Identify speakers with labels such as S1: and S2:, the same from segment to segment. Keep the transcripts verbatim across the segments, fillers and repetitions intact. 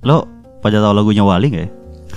S1: Lo pada tahu lagunya Wali nggak ya?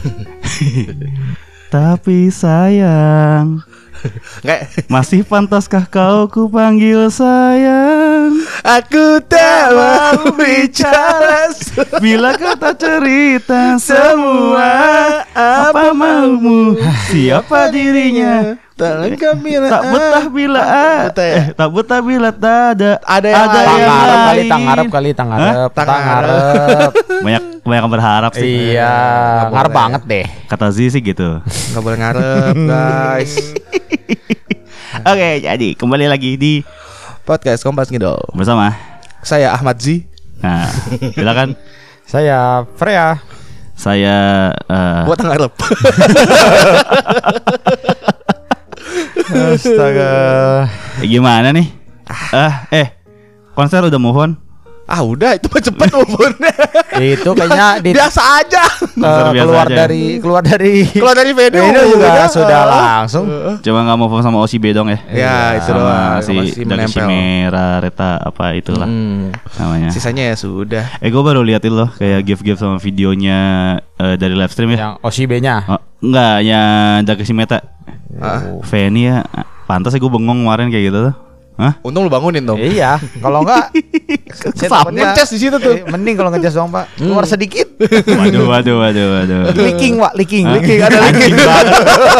S1: Tapi sayang, masih pantaskah kau ku panggil sayang?
S2: Aku tak mau bicara
S1: bila kau tak cerita semua. Apa maumu? Siapa dirinya?
S2: Tak lengkap bila
S1: Tak betah bila
S2: betah ya?
S1: eh, tak betah bila tak ada
S2: Ada yang
S1: ada
S2: lain.
S1: yang
S3: Tangarep kali,
S1: lain.
S3: tangarep kali, tangarep,
S2: Hah?
S3: tangarep.
S1: Banyak banyak yang berharap sih.
S3: Iya,
S2: Nggak
S3: ngarep
S2: boleh.
S3: banget deh.
S1: Kata Z sih gitu.
S2: Nggak boleh ngarep guys.
S1: Oke, jadi kembali lagi di
S2: Podcast Kompas Ngidol
S1: bersama
S2: saya Ahmad Z.
S1: Nah, silakan.
S3: Saya Freya.
S1: Saya eh,
S2: Buat ngarep.
S3: Astaga.
S1: gimana nih? Ah, eh, konser udah move on?
S2: Ah udah itu mah cepet umurnya.
S3: Itu kayaknya di
S2: Biasa aja.
S3: eh,
S1: Konser biasa
S3: keluar
S1: aja.
S3: dari keluar dari
S2: Keluar dari venue
S3: venue juga
S2: udah.
S3: sudah langsung.
S1: Coba nggak move on sama O C B dong ya?
S2: Ya itu
S1: Sama
S2: doang
S1: si
S2: masih menempel.
S1: Dakishimera Reta apa itulah
S2: Hmm.
S1: namanya.
S2: Sisanya ya sudah.
S1: Eh, gue baru liatin loh kayak gift-gift sama videonya eh, dari live stream ya.
S3: Yang O C B-nya.
S1: Oh, enggak, yang Dakishimeta.
S2: Ah.
S1: Fanny ya, pantas ya gue bengong kemarin kayak gitu tuh. Hah?
S2: Untung lu bangunin dong.
S3: Iya, kalau enggak saya takutnya-
S2: Ngecas di situ tuh.
S3: Eh, mending kalau ngecas doang, Pak. Keluar sedikit.
S1: Waduh, waduh, waduh, waduh.
S3: Leaking, Pak, leaking.
S1: Hah?
S3: Leaking ada
S1: Anjing
S3: leaking.
S1: banget.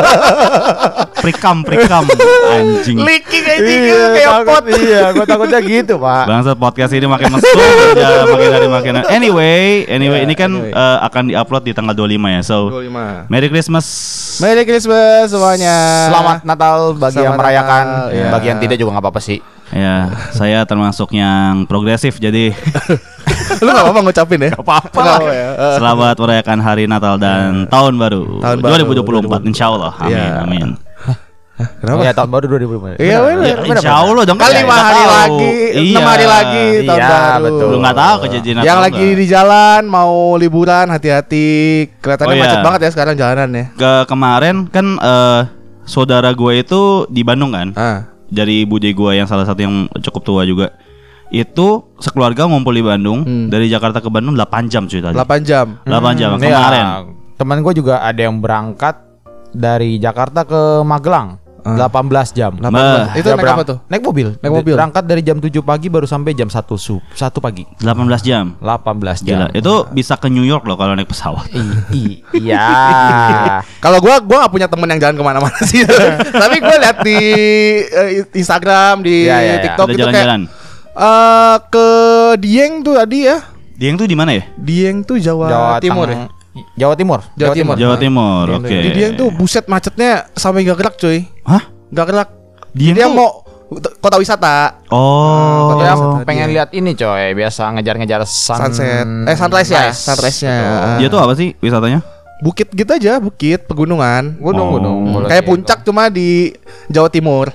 S1: Prikam, prikam, anjing.
S2: Leaking aja
S3: Iya,
S2: kayak
S3: takut-
S2: pot.
S3: Iya, gua takutnya gitu, Pak.
S1: Bangsat podcast ini makin mesum aja, makin dari makin. Anyway, anyway
S2: Ya,
S1: ini kan
S2: anyway.
S1: eh, akan diupload di tanggal dua puluh lima ya. So,
S2: dua puluh lima.
S1: Merry Christmas.
S2: Merry Christmas semuanya.
S3: Selamat Natal bagi yang
S2: Selamat
S3: merayakan,
S2: Natal, ya.
S3: bagi yang tidak juga nggak apa-apa sih.
S1: Ya, saya termasuk yang progresif jadi
S2: Lu gak apa-apa ngucapin ya?
S1: apa-apa
S2: Nggak
S1: lah.
S2: apa ya. Eh.
S1: Selamat merayakan hari Natal dan tahun baru,
S2: Tahun baru,
S1: dua ribu dua puluh empat insya Allah. Amin,
S2: Iya.
S1: amin.
S2: Kenapa?
S3: Iya, tahun baru dua ribu dua puluh.
S2: Iya, bener.
S1: Ya, insya Allah dong.
S2: Kan
S1: Kan
S2: lima
S1: nggak
S2: hari
S1: tahu.
S2: lagi,
S1: Iya.
S2: enam hari lagi tahun
S3: Iya,
S2: baru.
S3: betul.
S1: Lu nggak tahu kejadian Natal
S2: Yang lagi
S1: nggak?
S2: di jalan mau liburan hati-hati. Kelihatannya
S1: Oh, iya.
S2: macet banget ya sekarang jalanan ya.
S1: Ke kemarin kan eh, saudara gue itu di Bandung kan.
S2: Ah.
S1: Dari bude gue yang salah satu yang cukup tua juga. Itu sekeluarga ngumpul di Bandung.
S2: Hmm.
S1: Dari Jakarta ke Bandung delapan jam cuy tadi.
S2: delapan jam.
S1: delapan jam
S3: Hmm,
S1: kemarin.
S3: iya. Teman gue juga ada yang berangkat dari Jakarta ke Magelang.
S2: Ah.
S3: delapan belas jam.
S2: delapan
S1: Bah.
S2: belas. Itu
S3: Dia
S2: naik
S3: berang-
S2: apa tuh?
S3: Naik mobil.
S2: Naik mobil.
S3: Berangkat dari jam tujuh pagi baru sampai jam satu sub, satu pagi.
S1: delapan belas jam.
S3: delapan belas
S1: Gila,
S3: jam.
S1: itu bisa ke New York loh kalau naik pesawat.
S3: I- i- Iya.
S2: Kalau gua gua nggak punya temen yang jalan kemana-mana sih. Tapi gua lihat di eh, Instagram, di
S3: Iya, iya, iya.
S2: TikTok
S1: Udah
S2: itu kayak
S1: jalan-jalan.
S2: eh, ke Dieng tuh tadi ya.
S1: Dieng tuh di mana ya?
S2: Dieng tuh Jawa,
S3: Jawa
S2: Timur
S3: Teng-
S2: ya.
S3: Jawa Timur.
S2: Jawa Timur.
S1: Jawa Timur.
S3: Di
S1: Oke.
S2: Di Dieng tuh buset macetnya sampai gak gerak cuy.
S1: Hah?
S2: Gak gerak.
S1: Dieng
S2: Dia
S1: tuh-
S2: mau kota wisata.
S1: Oh.
S3: Dia
S2: Oh.
S3: pengen lihat ini coy, biasa ngejar-ngejar sun-
S2: Sunset. Eh sunrise ya, sunrise-nya.
S3: Betul.
S1: Dia tuh apa sih wisatanya?
S2: Bukit gitu aja, bukit pegunungan.
S3: Gunung-gunung.
S1: Oh.
S3: Boleh
S2: Kayak
S3: gitu.
S2: puncak cuma di Jawa Timur.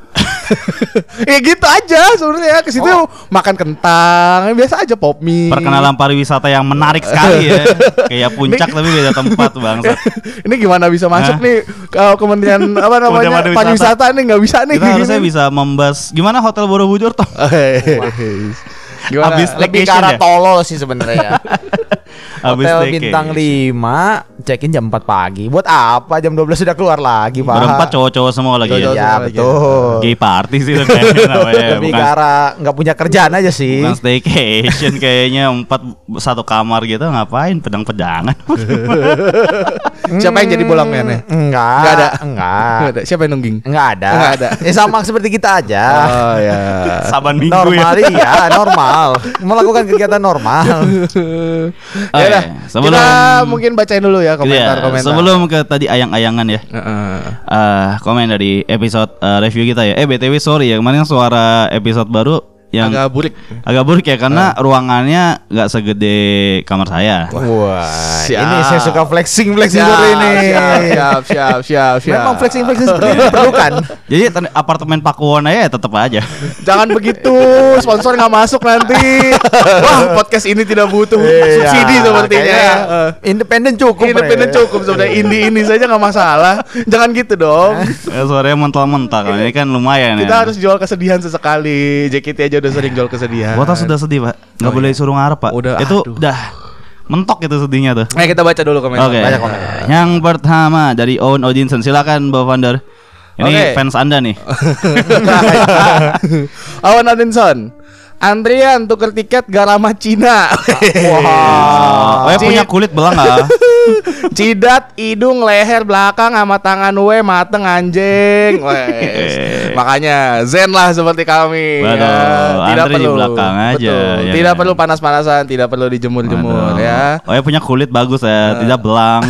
S2: Ya gitu aja sebenarnya ke situ makan kentang, biasa aja pop mie.
S1: Perkenalan pariwisata yang menarik sekali ya. Kayak puncak tapi beda tempat bangsat.
S2: Ini gimana bisa masuk
S1: Hah?
S2: nih kalau Kementerian apa namanya
S1: Pariwisata.
S2: pariwisata nih nggak bisa nih.
S1: Kita harusnya bisa membahas gimana Hotel Borobudur toh.
S2: Gimana?
S1: Abis
S3: Lebih ke
S1: Vacation
S3: arah
S1: ya?
S3: tolol sih sebenarnya.
S1: Habis
S3: Hotel
S1: staycation.
S3: bintang lima, check-in jam empat pagi. Buat apa jam dua belas sudah keluar lagi, Pak?
S1: Berempat cowok-cowok semua lagi
S2: Cowok-cowok
S1: ya.
S3: Ya,
S2: semua lagi.
S3: betul.
S1: Gay party sih itu kayaknya namanya.
S3: Lebih
S1: Bukan,
S3: ke arah nggak punya kerjaan aja sih.
S1: bukan staycation kayaknya empat satu kamar gitu ngapain pedang-pedangan.
S2: Siapa yang jadi bolongnya?
S3: Enggak.
S2: Nggak ada.
S3: Enggak.
S2: Nggak ada. Siapa yang nungging?
S3: Enggak ada.
S2: Nggak ada.
S3: Ya sama seperti kita aja.
S2: Oh ya.
S1: Saban minggu
S3: Normal
S1: ya.
S3: iya, normal. Melakukan kegiatan normal.
S1: Oke,
S2: Ya udah,
S1: sebelum
S2: kita mungkin bacain dulu ya
S1: Iya,
S2: komentar-komentar.
S1: sebelum ke tadi ayang-ayangan ya.
S2: Heeh.
S1: eh komen dari episode eh, review kita ya. Eh B T W sorry ya kemarin suara episode baru yang
S2: agak burik.
S1: agak buruk ya karena ruangannya nggak segede kamar saya.
S3: Wah,
S2: Siap.
S3: ini saya suka flexing flexing
S2: Siap,
S3: seperti ini.
S2: siap, siap, siap, siap, siap.
S3: Memang flexing flexing seperti ini diperlukan.
S1: Jadi ten- apartemen Pakuwon aja ya tetap aja.
S2: Jangan begitu, sponsor nggak masuk nanti. Wah, podcast ini tidak butuh
S3: Iya,
S2: subsidi sepertinya.
S3: kayaknya
S2: Eh,
S3: Independen cukup.
S2: Independen
S3: Bre.
S2: cukup sebenarnya, indie ini saja nggak masalah. Jangan gitu dong.
S1: Ya, suaranya mental-mental kan ini kan lumayan
S2: Kita
S1: ya.
S2: harus jual kesedihan sesekali. J K T aja udah sering jual kesedihan.
S1: Wota sudah sedih pak, nggak
S2: Oh,
S1: boleh
S2: iya.
S1: suruh ngarep pak.
S2: Udah,
S1: Itu
S2: aduh.
S1: udah mentok itu sedihnya tuh.
S2: Nah, kita baca dulu komen.
S1: Oke.
S2: Banyak komen.
S1: Yang pertama dari Owen Odinson. Silakan Bapak Vander. Ini
S2: Oke.
S1: fans Anda nih.
S2: Owen Odinson. Andrian tuker tiket Garama Cina.
S1: Wah. Oh, punya kulit belang enggak?
S2: Jidat, hidung, leher, belakang sama tangan we mateng anjing. Wes. Makanya zen lah seperti kami.
S1: Betul.
S2: Tidak
S1: Andre di
S2: perlu
S1: belakang aja,
S2: Betul.
S1: ya
S2: Tidak
S1: kan?
S2: perlu panas-panasan, tidak perlu dijemur-jemur
S1: Aduh.
S2: ya.
S1: Oh ya punya kulit bagus ya, tidak belang.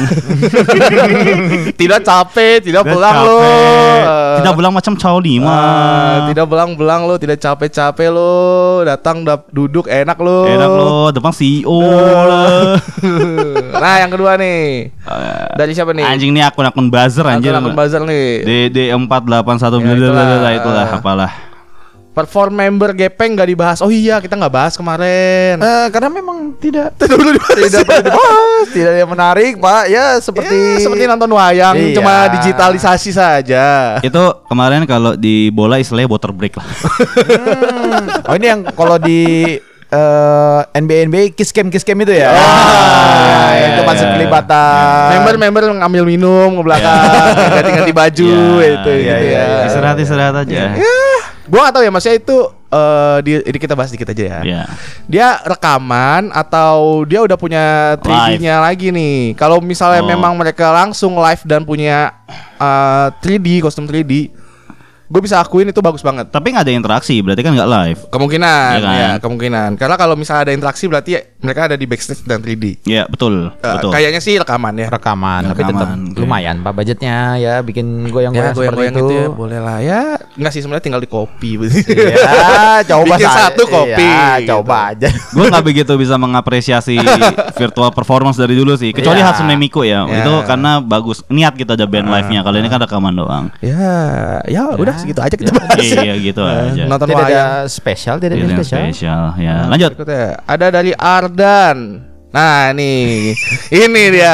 S2: Tidak capek, tidak
S1: Tidak
S2: belang lo.
S1: capek. Tidak belang macam Chow Lima.
S2: Ah, tidak belang-belang lo, tidak capek-capek lo. Datang dap- duduk enak lo.
S1: Enak loh, depan C E O lah.
S2: Nah, yang kedua nih. Dari siapa nih?
S1: Anjing nih akun-akun buzzer anjir.
S2: Akun buzzer nih.
S1: D D empat delapan satu
S2: Ya, itulah.
S1: itulah, itulah apalah.
S2: Perform member Gepeng gak dibahas. Oh iya, kita nggak bahas kemarin.
S3: Eh, karena memang tidak
S2: Tidak perlu dibahas.
S3: tidak perlu dibahas, tidak ada yang menarik, Pak. Ya seperti
S2: Ya, seperti nonton wayang,
S3: Iya.
S2: cuma digitalisasi saja.
S1: Itu kemarin kalau di bola istilahnya water break lah.
S3: Hmm. Oh ini yang kalau di eh, N B A N B A kiss cam kiss cam itu ya.
S2: Oh,
S3: Ah,
S2: iya,
S3: itu
S2: iya,
S3: masuk
S1: iya.
S3: kelibatan.
S2: Member-member ngambil minum ke belakang, ganti-ganti baju
S1: Iya,
S2: itu
S3: iya,
S2: gitu
S3: iya,
S2: ya.
S3: iya.
S1: Istirahat-istirahat aja.
S2: Ya, gua gak tahu ya, maksudnya itu eh, di, ini kita bahas dikit aja ya.
S1: Iya.
S2: Dia rekaman atau dia udah punya tiga D-nya lagi nih. Kalau misalnya
S1: Oh.
S2: memang mereka langsung live dan punya eh, tiga D, kostum tiga D, gue bisa akuin itu bagus banget.
S1: Tapi nggak ada interaksi, berarti kan nggak live.
S2: Kemungkinan,
S1: Iya kan?
S2: ya kemungkinan. Karena kalau misalnya ada interaksi berarti ya, mereka ada di backstage dan tiga D.
S1: Iya betul,
S2: Eh,
S1: betul.
S2: Kayaknya sih rekaman ya.
S3: Rekaman, tapi tetap
S1: Rekaman, oke.
S3: lumayan Pak budgetnya ya bikin
S2: Ya
S3: goyang-goyang seperti
S2: goyang-goyang
S3: itu.
S2: itu ya boleh lah ya. Enggak sih sebenarnya tinggal di copy.
S3: Ya, coba
S2: Bikin
S3: sa-
S2: satu kopi,
S3: Iya,
S2: gitu.
S3: coba aja.
S1: Gue nggak begitu bisa mengapresiasi virtual performance dari dulu sih, kecuali
S3: Iya.
S1: Hatsune Miku ya.
S2: Ya.
S1: Itu karena bagus, niat kita ada band live-nya. Kalau ini kan rekaman doang.
S2: Ya, ya udah segitu aja kita bahas.
S1: Iya gitu aja.
S2: Nonton
S3: Tidak
S2: wayang.
S3: ada spesial, tidak
S1: Itu
S3: ada
S1: yang
S3: spesial.
S1: spesial. Ya, lanjut.
S2: Berikutnya ada dari Ardan. Nah nih, ini dia.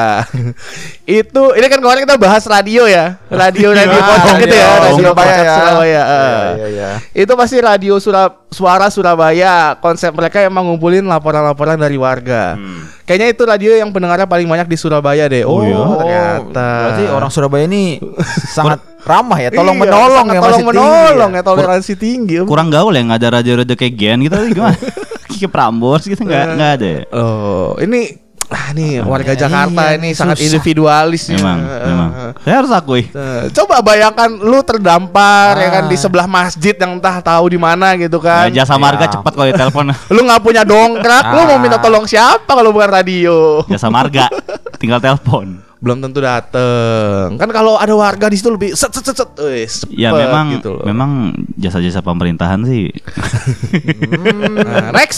S2: Itu, ini kan kemarin kita bahas radio ya, radio radio
S3: Ah,
S2: kocak gitu ya,
S3: radio
S2: radio
S3: Surabaya
S2: kocak
S3: ya.
S2: Surabaya.
S3: Iya,
S2: eh.
S3: iya, iya.
S2: Itu pasti radio Surab suara Surabaya. Konsep mereka emang ngumpulin laporan-laporan dari warga. Kayaknya itu radio yang pendengarnya paling banyak di Surabaya deh. Oh,
S1: Oh, iya?
S2: ternyata.
S3: Berarti orang Surabaya ini sangat ramah ya, tolong
S2: Iya,
S3: menolong
S2: sangat
S3: ya,
S2: tolong
S3: masih
S2: menolong
S3: tinggi
S2: ya, toleransi tinggi.
S1: Kurang gaul ya, nggak ada radio-radio kayak Gen gitu gimana? Kayak Prambors gitu nggak nggak ada. Ya?
S2: Oh, ini ah nih warga
S3: Iya,
S2: Jakarta
S3: iya,
S2: ini sangat
S3: susah.
S2: individualis ya.
S1: Memang,
S2: Eh,
S1: memang.
S2: eh.
S1: Saya harus akui.
S2: Eh, Coba bayangkan lu terdampar ya kan
S3: Ah.
S2: di sebelah masjid yang entah tahu di mana gitu kan.
S1: Nah, jasa marga
S3: Iya.
S1: cepat kalau ditelepon.
S2: Lu nggak punya dongkrak, lu mau
S3: Ah.
S2: minta tolong siapa kalau bukan radio?
S1: Jasa marga, tinggal telepon.
S2: Belum tentu dateng. Kan kalau ada warga di situ lebih set set set, set. Wih,
S1: Ya
S2: cepet
S1: memang
S2: gitu loh.
S1: memang jasa-jasa pemerintahan sih.
S2: Nah, next.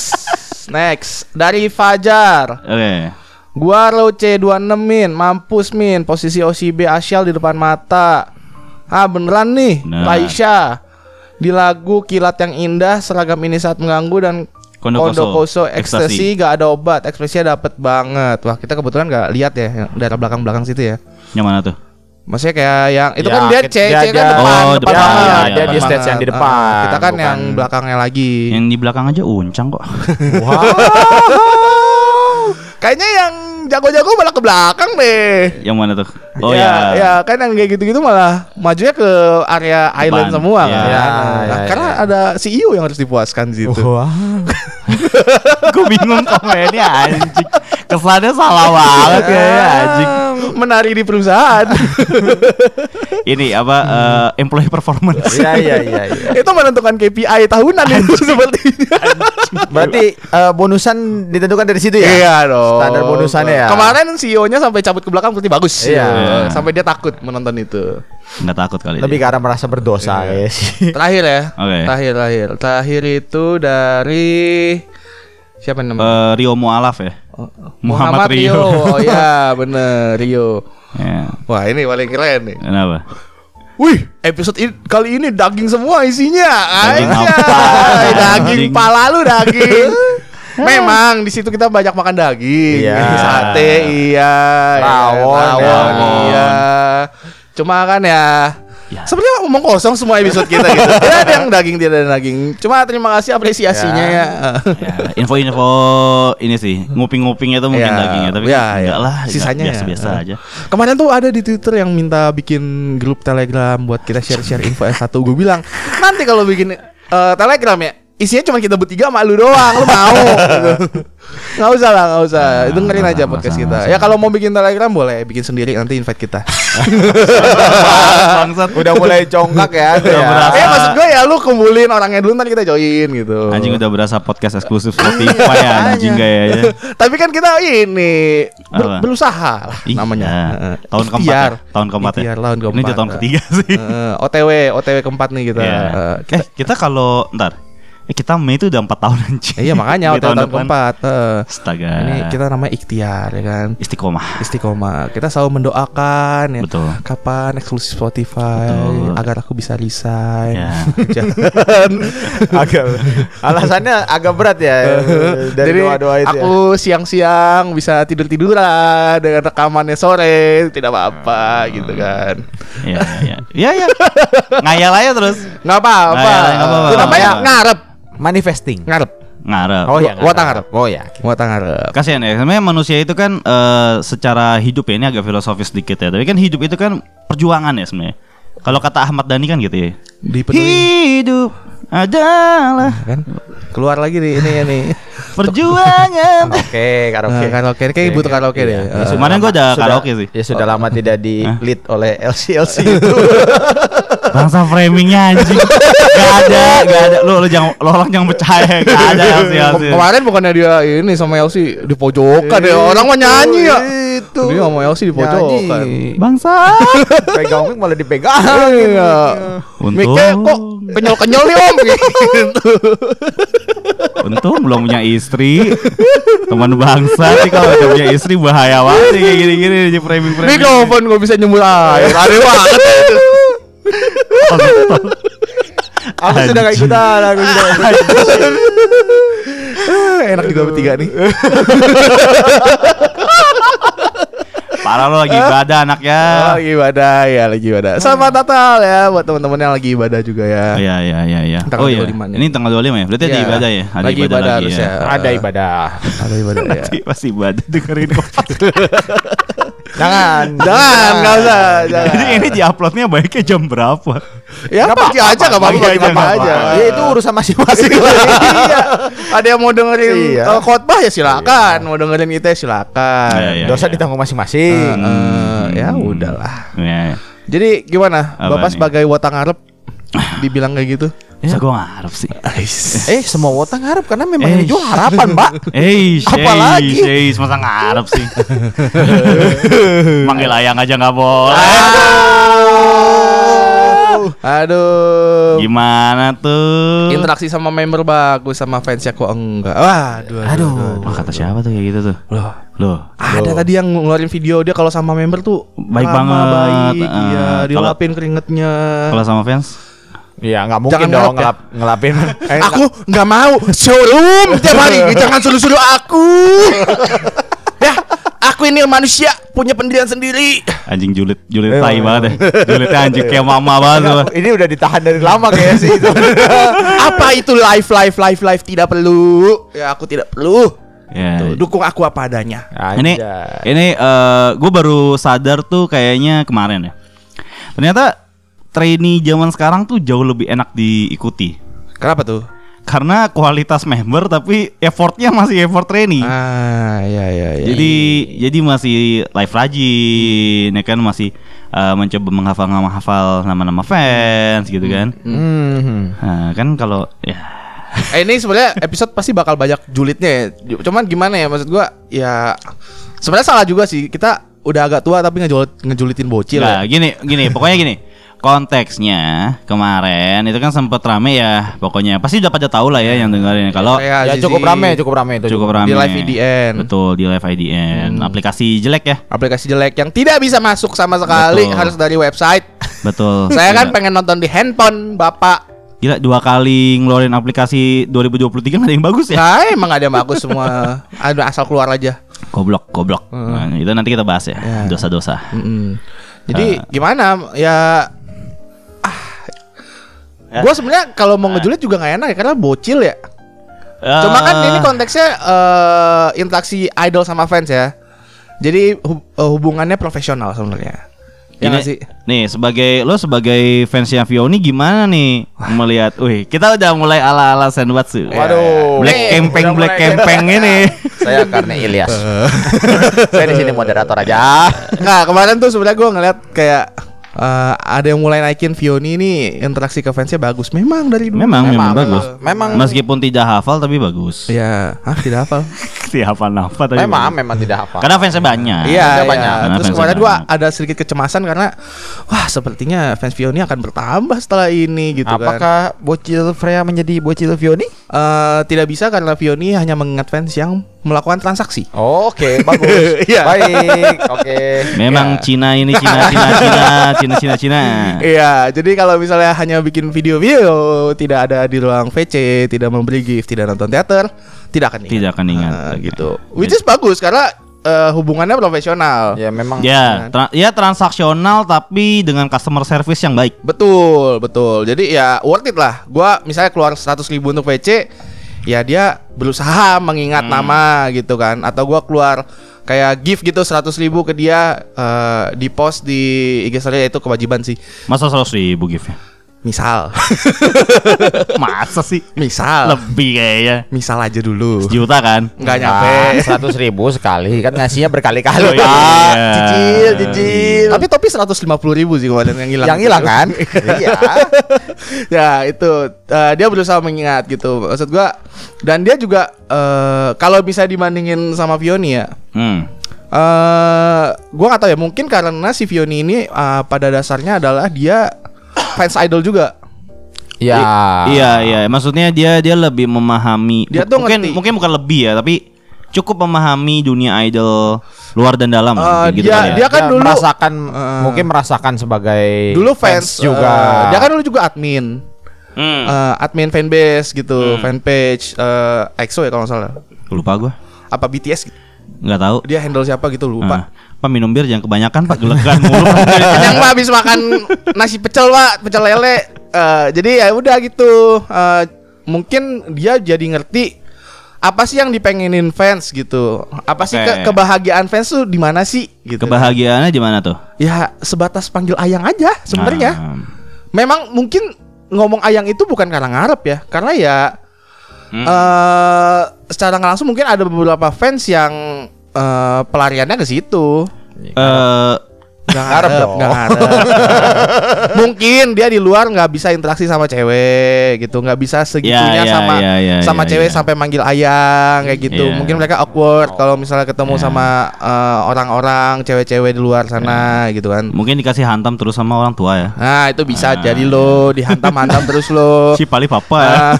S2: Next dari Fajar.
S1: Oke.
S2: Gua low C dua puluh enam min, mampus min, posisi O C B Asyal di depan mata. Ah beneran nih,
S1: Nah.
S2: Raisya. Di lagu Kilat yang Indah, seragam ini saat mengganggu dan
S1: Kondokoso,
S2: Kondokoso ekstasi
S1: ekstasi.
S2: gak ada obat, ekspresinya dapet banget. Wah kita kebetulan gak lihat ya yang daerah belakang-belakang situ ya.
S1: Yang mana tuh?
S2: Maksudnya kayak yang itu
S3: Ya,
S2: kan dia
S3: kita-
S2: C,
S3: dia-
S2: C kan
S3: dia-
S2: depan,
S1: Oh,
S2: depan
S1: depan.
S2: banget,
S1: Ya,
S2: depan
S1: dia di
S3: stage
S2: banget.
S3: yang di
S2: Ah,
S3: depan,
S2: kita kan
S3: bukan-
S2: yang belakangnya lagi.
S1: Yang di belakang aja uncang kok.
S2: Kayaknya yang jago-jago malah ke belakang deh.
S1: Yang mana tuh? Oh
S2: ya,
S1: ya.
S2: ya kan yang kayak gitu-gitu malah majunya ke area island semua
S1: Ya.
S2: kan.
S3: Ya,
S2: Nah,
S3: ya,
S2: karena
S3: ya.
S2: ada C E O yang harus dipuaskan di situ.
S3: Wah.
S1: Gue bingung komennya anjing. Kesannya salah banget kayaknya anjing.
S2: Menari di perusahaan.
S1: Ini apa eh, employee performance.
S3: Iya, iya, iya, iya.
S2: Itu menentukan K P I tahunan itu sepertinya.
S3: Berarti eh, bonusan ditentukan dari situ ya?
S2: Iya dong.
S3: Standar bonusannya ya.
S2: Kemarin C E O-nya sampai cabut ke belakang berarti bagus.
S3: Iya.
S2: Eh, Sampai dia takut menonton itu.
S1: Nggak takut kali.
S3: Lebih
S1: dia.
S3: ke arah merasa berdosa
S2: Iya.
S3: ya sih.
S2: Terakhir ya.
S1: Oke.
S2: Terakhir terakhir. Terakhir itu dari siapa namanya?
S1: Eh, Rio Mualaf ya. Muhammad Rio.
S2: Oh ya, bener Rio.
S1: Ya.
S2: Wah, ini paling keren nih.
S1: Kenapa?
S2: Wih, episode ini, kali ini daging semua isinya.
S1: Daging
S2: Aja.
S1: apa?
S2: daging
S1: Daging.
S2: pala lu daging. Memang di situ kita banyak makan daging.
S3: Iya.
S2: Sate iya,
S3: Rawon,
S2: rawon
S3: ya.
S2: iya. Cuma kan ya
S1: Ya.
S2: Sebenarnya omong kosong semua episode kita gitu. Tidak ada yang daging, tidak ada yang daging. Cuma terima kasih apresiasinya ya.
S1: Ya, info-info ini sih, nguping-ngupingnya tuh mungkin
S2: Ya,
S1: dagingnya, tapi
S2: ya,
S1: enggak
S2: ya.
S1: lah,
S2: Sisanya
S1: biasa-biasa
S2: ya.
S1: aja.
S2: Kemarin tuh ada di Twitter yang minta bikin grup Telegram buat kita share-share info S satu. Gue bilang, nanti kalau bikin uh, Telegram ya, isinya cuma kita bertiga sama lu doang, lu mau gitu. Nggak usah lah, nggak usah.
S1: Nah,
S2: Dengerin
S1: nggak
S2: aja
S1: usah,
S2: podcast
S1: nggak
S2: kita.
S1: usah.
S2: Ya kalau mau bikin Telegram boleh, bikin sendiri nanti invite kita.
S1: Bangsat.
S3: Udah mulai congkak ya. tuh
S1: Udah
S3: ya.
S1: berasa.
S2: Eh maksud gue ya lu kumpulin orangnya dulu nanti kita join gitu.
S1: Anjing udah berasa podcast eksklusif Spotify ya, anjing kayaknya.
S2: Tapi kan kita ini ber-
S1: Apa?
S2: berusaha lah
S1: Iya.
S2: namanya. Heeh.
S1: Tahun keempat
S2: Ikhtiar.
S1: ya? Tahun keempat ya?
S2: Ikhtiar, tahun
S1: Ini
S2: keempat.
S1: udah tahun ketiga sih.
S2: Heeh, O T W, O T W keempat nih kita.
S1: Iya.
S2: Eh,
S1: Eh, kita kalau ntar eh, kita Mei itu udah empat tahun anjing.
S2: Iya makanya
S1: Di
S2: O T W tahun
S1: depan.
S2: keempat. Heeh.
S1: Astaga.
S2: Ini kita namanya ikhtiar ya kan.
S1: Istiqomah.
S2: Istiqomah. Kita selalu mendoakan ya.
S1: Betul.
S2: Kapan eksklusif Spotify
S1: Betul.
S2: agar aku bisa resign.
S1: Ya.
S2: Jangan.
S3: agak alasannya agak berat ya dari
S2: Jadi
S3: doa-doa itu
S2: aku siang-siang bisa tidur-tiduran dengan rekamannya sore tidak apa-apa gitu kan.
S1: Iya, iya, iya. Iya, iya. Ngayal aja terus.
S2: Nggak apa-apa.
S1: Nggak, ya, nggak apa-apa.
S2: Itu namanya
S1: Nggak apa-apa.
S2: ngarep.
S3: ya. Manifesting.
S2: Ngarep.
S1: Ngarep.
S3: Oh ya.
S2: Gua tangarep.
S3: Oh ya.
S2: Gua ngarep.
S1: Kasihan ya, sebenarnya manusia itu kan eh, secara hidup ya, ini agak filosofis sedikit ya. Tapi kan hidup itu kan perjuangan ya sebenarnya. Kalau kata Ahmad Dhani kan gitu ya.
S2: Dipenuhi
S1: Hidup adalah
S2: kan. Keluar lagi nih ini ini.
S1: perjuangan.
S3: Oke, karaoke.
S2: Nah, karaoke kayak butuh karaoke deh.
S3: Iya.
S2: Eh,
S1: Kemarin gua ada
S3: Sudah-
S1: karaoke sih.
S3: Ya sudah lama tidak di
S1: Hah?
S3: lead oleh L C L C itu.
S1: Bangsa framingnya anjing. Gak ada, gak ada. Lu, lu jangan, lu orang jangan percaya. Gak ada L C L C.
S2: Ke- Kemarin bukannya dia ini sama Elsi di pojokan ya. Orang mah nyanyi ya.
S3: Itu.
S2: Dia sama Elsi di pojokan.
S1: Bangsa.
S3: Pegang mic malah dipegang.
S2: Iya.
S1: Untung,
S2: Miknya kok kenyal-kenyal nih om gitu.
S1: untung belum punya istri. Teman bangsa sih kalau udah punya istri bahaya banget sih kayak gini-gini di framing-framing.
S2: Mikrofon gue bisa nyembur air. Aneh banget ya itu.
S3: Aku sudah gak ikutan, aku sudah gak ikutan.
S2: Enak juga bertiga nih.
S1: Parah lo lagi ibadah anak ya.
S2: Oh, lagi ibadah ya, lagi ibadah. Selamat Natal ya buat teman-teman yang lagi ibadah juga ya.
S1: Iya iya iya iya.
S2: Tanggal
S1: Oh iya.
S2: dua puluh lima nih.
S1: Ini tanggal dua puluh lima ya. Berarti ada
S2: Iya.
S1: ibadah ya. Ada
S2: Lagi ibadah
S1: lagi
S2: harus ya.
S3: Ada ibadah.
S2: Ada ibadah ya.
S1: Nanti pasti ibadah dengerin kok.
S3: Jangan,
S2: Jangan, enggak usah. Jangan.
S1: Jadi ini diuploadnya baiknya jam berapa?
S2: Ya
S3: Nggak
S2: pagi
S3: apa-apa,
S2: aja enggak apa-apa,
S1: pagi aja,
S2: pagi
S1: nggak
S2: aja.
S1: apa-apa.
S3: Ya itu urusan masing-masing.
S2: Iya. Ada yang mau dengerin
S3: Iya.
S2: uh, khotbah ya silakan, mau dengerin kita ya silakan.
S1: Iya, iya.
S3: Dosa ditanggung masing-masing.
S2: Eh, ya udahlah.
S1: Ya.
S2: Jadi gimana?
S1: Apa
S2: Bapak
S1: nih?
S2: sebagai wotang Arab dibilang kayak gitu?
S1: Bisa gue ngarep sih.
S3: Eh, semua wotang ngarep karena memang
S1: Eh.
S3: yang jual harapan, Mbak.
S1: Eh,
S3: Apalagi?
S1: Sheis, masa ngarep sih? Manggil ayang aja nggak boleh.
S2: Aduh.
S1: Gimana tuh?
S2: Interaksi sama member bagus, sama fansnya kok enggak. Wah, aduh. Aduh.
S1: Wah, kata siapa tuh kayak gitu tuh?
S2: Loh.
S1: Loh,
S2: Ada tadi yang ngeluarin video dia kalau sama member tuh
S1: Baik
S2: ramah,
S1: banget.
S2: baik,
S1: Eh,
S2: iya,
S1: kalau-
S2: dilapin keringetnya.
S1: kalau sama fans?
S3: Iya, nggak mungkin
S2: Jangan
S3: dong
S2: ngarep ya.
S3: ngelap, ngelapin. Eh,
S2: Aku nggak mau showroom tiap hari. Jangan suruh-suruh aku. Ya, aku ini manusia punya pendirian sendiri.
S1: Anjing julid, julid
S3: Eh,
S1: tai
S3: oh.
S1: banget ya. Julidnya anjing kayak mama banget tuh.
S3: ini udah ditahan dari lama kayaknya sih itu.
S2: Apa itu live live live live tidak perlu. Ya aku tidak perlu.
S1: Ya.
S2: Tuh, dukung aku apa adanya.
S1: Ini
S3: Anjay.
S1: ini gue baru sadar tuh kayaknya kemarin ya. Ternyata trainee zaman sekarang tuh jauh lebih enak diikuti.
S2: Kenapa tuh?
S1: Karena kualitas member tapi effortnya masih effort trainee.
S2: Ah, iya iya iya.
S1: Jadi jadi masih live rajin, ya kan masih uh, mencoba menghafal menghafal nama-nama fans gitu kan.
S3: Hmm.
S1: Nah, kan kalau ya
S2: Eh ini sebenarnya episode pasti bakal banyak julidnya ya. Cuman gimana ya maksud gua ya sebenarnya salah juga sih. Kita udah agak tua tapi ngejulit, ngejulitin bocil
S1: nah,
S2: ya.
S1: gini gini pokoknya gini. Konteksnya kemarin itu kan sempet rame ya. Pokoknya pasti udah pada tahu lah ya yang dengerin. Kalau
S2: Kayak
S3: Ya
S2: Zizi,
S3: cukup rame, cukup rame itu.
S1: cukup rame
S2: di live I D N.
S1: Betul, di live I D N. Aplikasi jelek ya.
S2: Aplikasi jelek yang tidak bisa masuk sama sekali,
S1: Betul.
S2: harus dari website.
S1: Betul.
S2: Saya kan
S1: Gila.
S2: pengen nonton di handphone, Bapak.
S1: Gila dua kali ngeluarin aplikasi dua ribu dua puluh tiga nggak ada yang bagus ya.
S2: Nah, emang ada yang bagus semua. Ada asal keluar aja.
S1: Goblok, goblok. Nah, itu nanti kita bahas ya.
S2: Ya.
S1: Dosa-dosa.
S2: Mm-mm. Jadi gimana ya Gue sebenarnya kalau mau ngejulit juga nggak enak ya karena bocil ya.
S1: Eh,
S2: Cuma kan ini konteksnya eh, interaksi idol sama fans ya. Jadi hub- eh, hubungannya profesional sebenarnya. Ya
S1: Ini,
S2: nggak sih?
S1: nih sebagai lo sebagai fansnya Vioni gimana nih melihat, wih kita udah mulai ala-ala Senbatsu.
S3: Waduh.
S1: Black
S2: Eh,
S1: camping,
S3: udah
S1: black
S3: mulai.
S1: camping ini.
S3: Saya karena Ilyas. Saya di sini moderator aja.
S2: Nggak, kemarin tuh sebenarnya gue ngeliat kayak eh, ada yang mulai naikin Vioni ini interaksi ke fansnya bagus. Memang dari dulu.
S1: Memang, memang,
S3: Memang,
S1: bagus.
S3: memang.
S1: Meskipun tidak hafal tapi bagus.
S2: Ya, ah tidak hafal.
S1: Tidak hafal apa tapi
S3: Memang
S1: bagus.
S3: memang tidak hafal.
S1: Karena fansnya banyak.
S2: Iya,
S3: fansnya
S2: iya.
S3: banyak.
S1: Karena
S2: Terus
S1: fansnya
S2: kemarin gua
S1: banyak.
S2: ada sedikit kecemasan karena wah sepertinya fans Vioni akan bertambah setelah ini gitu kan.
S3: Apakah bocil Freya menjadi bocil Vioni?
S2: Eh, tidak bisa karena Vioni hanya mengingat fans yang melakukan transaksi.
S3: Oke, bagus.
S2: Iya.
S3: Baik. Oke.
S1: Memang
S2: Ya.
S1: Cina ini Cina Cina Cina Cina Cina Cina.
S2: Iya, jadi kalau misalnya hanya bikin video-video, tidak ada di ruang V C, tidak memberi gift, tidak nonton teater, tidak akan ingat.
S1: Tidak akan ingat.
S2: Nah, gitu. Which is bagus karena eh, hubungannya profesional.
S3: Ya memang.
S1: Ya, tra- ya transaksional tapi dengan customer service yang baik.
S2: Betul, betul. Jadi ya worth it lah. Gua misalnya keluar seratus ribu untuk V C, ya dia berusaha mengingat
S1: Hmm.
S2: nama gitu kan. Atau gua keluar kayak gift gitu seratus ribu ke dia eh, di post di I G story, itu kewajiban sih.
S1: Masa seratus ribu giftnya?
S2: Misal,
S1: Masa sih?
S2: misal,
S1: Lebih kayaknya.
S2: misal aja dulu.
S1: Sejuta kan?
S2: Nggak nyampe.
S3: Seratus ribu sekali kan ngasihnya berkali-kali.
S1: Oh, iya.
S3: Pak. Cicil, cicil.
S2: Tapi topi seratus lima puluh ribu sih kemarin yang hilang.
S3: yang hilang kan? Iya.
S2: Ya itu eh, dia berusaha mengingat gitu. Maksud gua, dan dia juga eh, kalau bisa dibandingin sama Vioni ya.
S1: Hmm.
S2: Eh, gua nggak tahu ya, mungkin karena si Vioni ini eh, pada dasarnya adalah dia fans idol juga.
S3: Ya.
S1: Iya, iya. Maksudnya dia dia lebih memahami.
S2: Dia tuh
S1: mungkin
S2: ngerti.
S1: mungkin bukan lebih ya, tapi cukup memahami dunia idol luar dan dalam.
S2: Eh,
S1: mungkin gitu
S2: dia-
S1: kali ya.
S2: dia kan dulu-
S3: merasakan
S2: Eh.
S3: mungkin merasakan sebagai
S2: Dulu fans,
S3: juga.
S2: eh, dia kan dulu juga admin.
S1: Hmm.
S2: Eh, admin fanbase gitu, fanpage eh, E X O ya kalau nggak salah.
S1: Lupa gua.
S2: Apa B T S gitu.
S1: Nggak tahu.
S2: Dia handle siapa gitu
S1: Ah.
S2: lupa.
S1: Pak minum bir jangan kebanyakan Pak, gelegan mulu.
S2: Kenyang Pak habis makan nasi pecel Pak, pecel lele. Eh, jadi ya udah gitu. Eh, mungkin dia jadi ngerti apa sih yang dipengenin fans gitu. Apa sih
S1: Oke.
S2: ke- kebahagiaan fans tuh di mana sih gitu.
S1: Kebahagiaannya di mana tuh?
S2: Ya sebatas panggil ayang aja sebenarnya.
S1: Ah.
S2: Memang mungkin ngomong ayang itu bukan karena ngarep ya, karena ya
S1: Hmm.
S2: eh secara nggak langsung mungkin ada beberapa fans yang eh, pelariannya ke situ.
S1: Eh,
S2: Nggak
S3: Ngarep
S2: ngarep,
S3: dong.
S2: nggak ngarep. Mungkin dia di luar nggak bisa interaksi sama cewek gitu, nggak bisa segitunya
S1: Ya, ya,
S2: sama
S1: ya, ya,
S2: sama
S1: ya,
S2: cewek
S1: ya.
S2: sampai manggil ayang kayak gitu.
S1: Ya.
S2: Mungkin mereka awkward kalau misalnya ketemu
S1: Ya.
S2: sama eh, orang-orang cewek-cewek di luar sana gitu kan.
S1: mungkin dikasih hantam terus sama orang tua ya.
S2: Nah itu bisa
S1: Ah.
S2: jadi lo dihantam-hantam terus lo.
S1: Si Pali Papa ya.
S2: Nah,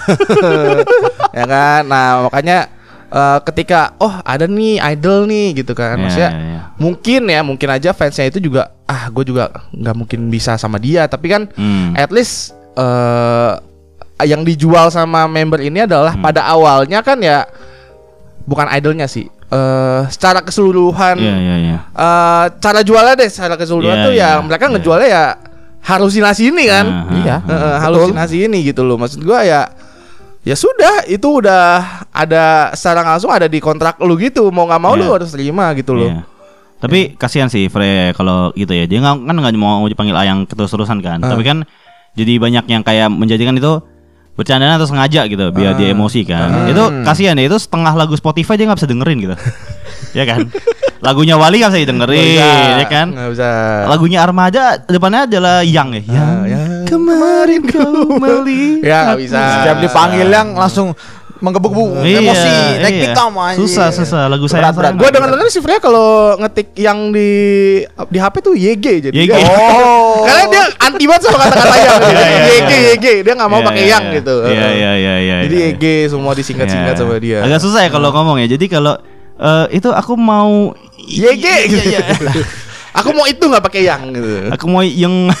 S2: ya kan. Nah makanya eh, ketika oh ada nih idol nih gitu kan,
S1: Ya,
S2: maksudnya
S1: ya, ya.
S2: mungkin ya mungkin aja fansnya itu juga ah gue juga nggak mungkin bisa sama dia, tapi kan
S1: Hmm.
S2: at least eh yang dijual sama member ini adalah
S1: Hmm.
S2: pada awalnya kan ya bukan idolnya sih, eh secara keseluruhan
S1: Iya, iya, iya.
S2: eh cara jualnya deh secara keseluruhan
S1: Iya,
S2: tuh ya
S1: iya,
S2: mereka
S1: iya.
S2: ngejualnya ya halusinasi ini kan.
S1: Ah, ah.
S3: Iya.
S2: Heeh,
S3: Betul.
S2: halusinasi ini gitu loh. Maksud gua ya ya sudah itu udah ada secara nggak langsung ada di kontrak lu gitu. Mau nggak mau
S1: Iya.
S2: lu harus terima gitu loh.
S1: Iya. Tapi kasihan sih Fre kalau gitu ya. Dia nggak kan nggak mau dipanggil ayang terus-terusan kan.
S2: Ah.
S1: Tapi kan jadi banyak yang kayak menjadikan itu bercandaan atau sengaja gitu biar dia emosi kan. Itu kasihan ya, itu setengah lagu Spotify dia nggak bisa dengerin gitu. Ya kan? Lagunya Wali nggak bisa didengerin,
S2: Nggak bisa,
S1: ya kan?
S2: nggak bisa.
S1: Lagunya Armada depannya adalah yang ya. Yang
S2: ya.
S1: kemarin kau melihat.
S2: Ya nggak bisa.
S3: Setiap dipanggil yang langsung menggebu-gebu
S1: Iya,
S3: emosi, naik
S1: iya.
S3: pitam anjing.
S1: Susah, susah. Lagu sayang
S3: Berat-berat.
S1: sayang.
S2: Gua dengar-dengar si Freya kalau ngetik yang di di H P tuh Y G jadi.
S1: Y G.
S2: dia-
S3: Oh.
S2: Karena dia anti banget sama kata-kata yang
S1: Iya, iya,
S2: Y G
S1: iya.
S2: Y G dia nggak mau
S1: Iya,
S2: pakai
S1: iya,
S2: yang
S1: iya.
S2: gitu.
S1: Iya, iya, iya, iya.
S2: Jadi
S1: iya.
S2: Y G semua disingkat-singkat
S1: Ya.
S2: sama dia.
S1: Agak susah ya kalau ngomong ya. Jadi kalau eh, itu aku mau
S2: Y G gitu. Aku mau itu nggak pakai yang gitu.
S1: Aku mau yang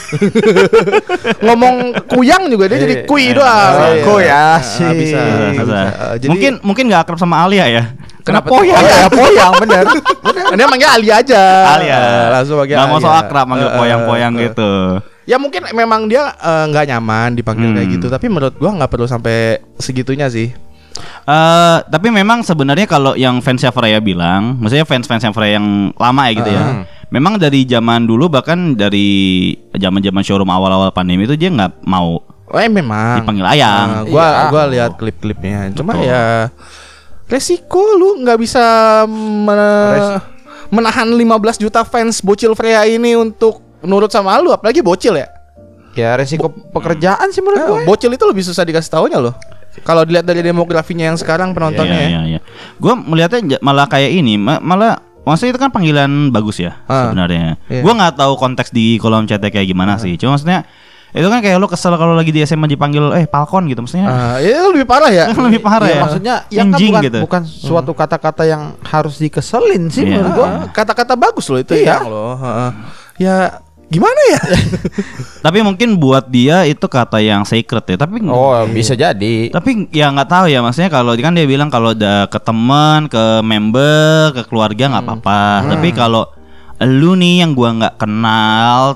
S2: Ngomong kuyang juga dia jadi kui
S1: Iya.
S2: doang.
S3: Oh,
S2: Iya.
S3: kui ya,
S2: Ah,
S3: sih.
S2: bisa,
S1: Susah,
S2: bisa.
S1: susah.
S2: Eh, jadi-
S1: mungkin mungkin nggak akrab sama Alia ya.
S2: Kenapa
S1: Kenapa
S2: tuh?
S1: Poyang?
S3: Oh ya, poyang bener.
S2: Dia manggil Ali aja.
S1: Alia.
S2: Eh, langsung pakai
S1: Nggak mau so
S2: Alia.
S1: akrab manggil
S2: Eh, eh,
S1: poyang-poyang
S2: eh.
S1: gitu.
S2: Ya mungkin memang dia eh, nggak nyaman dipanggil
S1: Hmm.
S2: kayak gitu, tapi menurut gua nggak perlu sampai segitunya sih.
S1: Eh, tapi memang sebenarnya kalau yang fansnya Freya bilang, maksudnya fans-fans yang Freya yang lama ya gitu ya. Memang dari zaman dulu bahkan dari zaman-zaman showroom awal-awal pandemi itu dia nggak mau
S2: Oh eh, memang
S1: dipanggil ayang.
S2: Nah, gua
S3: Iya.
S2: gua lihat klip-klipnya. Cuma
S1: Betul.
S2: ya resiko lu nggak bisa men- menahan lima belas juta fans bocil Freya ini untuk nurut sama lu, apalagi bocil ya.
S3: Ya resiko pekerjaan sih menurut
S2: Eh,
S3: gue.
S2: bocil itu lebih susah dikasih taunya loh. Kalau dilihat dari demografinya yang sekarang penontonnya
S1: Iya,
S2: ya.
S1: iya, iya. Gue melihatnya j- malah kayak ini, ma- malah maksudnya itu kan panggilan bagus ya
S2: Ah,
S1: sebenarnya.
S2: iya.
S1: Gue nggak tahu konteks di kolom chatnya kayak gimana sih. Cuma maksudnya itu kan kayak lo kesel kalau lagi di S M A dipanggil eh Falcon gitu maksudnya.
S2: Ah, ya lebih parah ya.
S1: Lebih parah
S3: Ya,
S1: ya.
S3: maksudnya ya kan
S1: Anjing
S3: bukan,
S1: gitu.
S3: bukan suatu kata-kata yang harus dikeselin sih
S1: Iya.
S3: menurut gua.
S2: Ah, kata-kata bagus loh itu
S3: Iya.
S2: yang loh. Heeh. Ya gimana ya?
S1: Tapi mungkin buat dia itu kata yang sacred ya. Tapi
S3: Oh, bisa jadi.
S1: tapi ya nggak tahu ya maksudnya kalau kan dia bilang kalau udah ke teman, ke member, ke keluarga nggak apa-apa. Tapi kalau lu nih yang gua nggak kenal,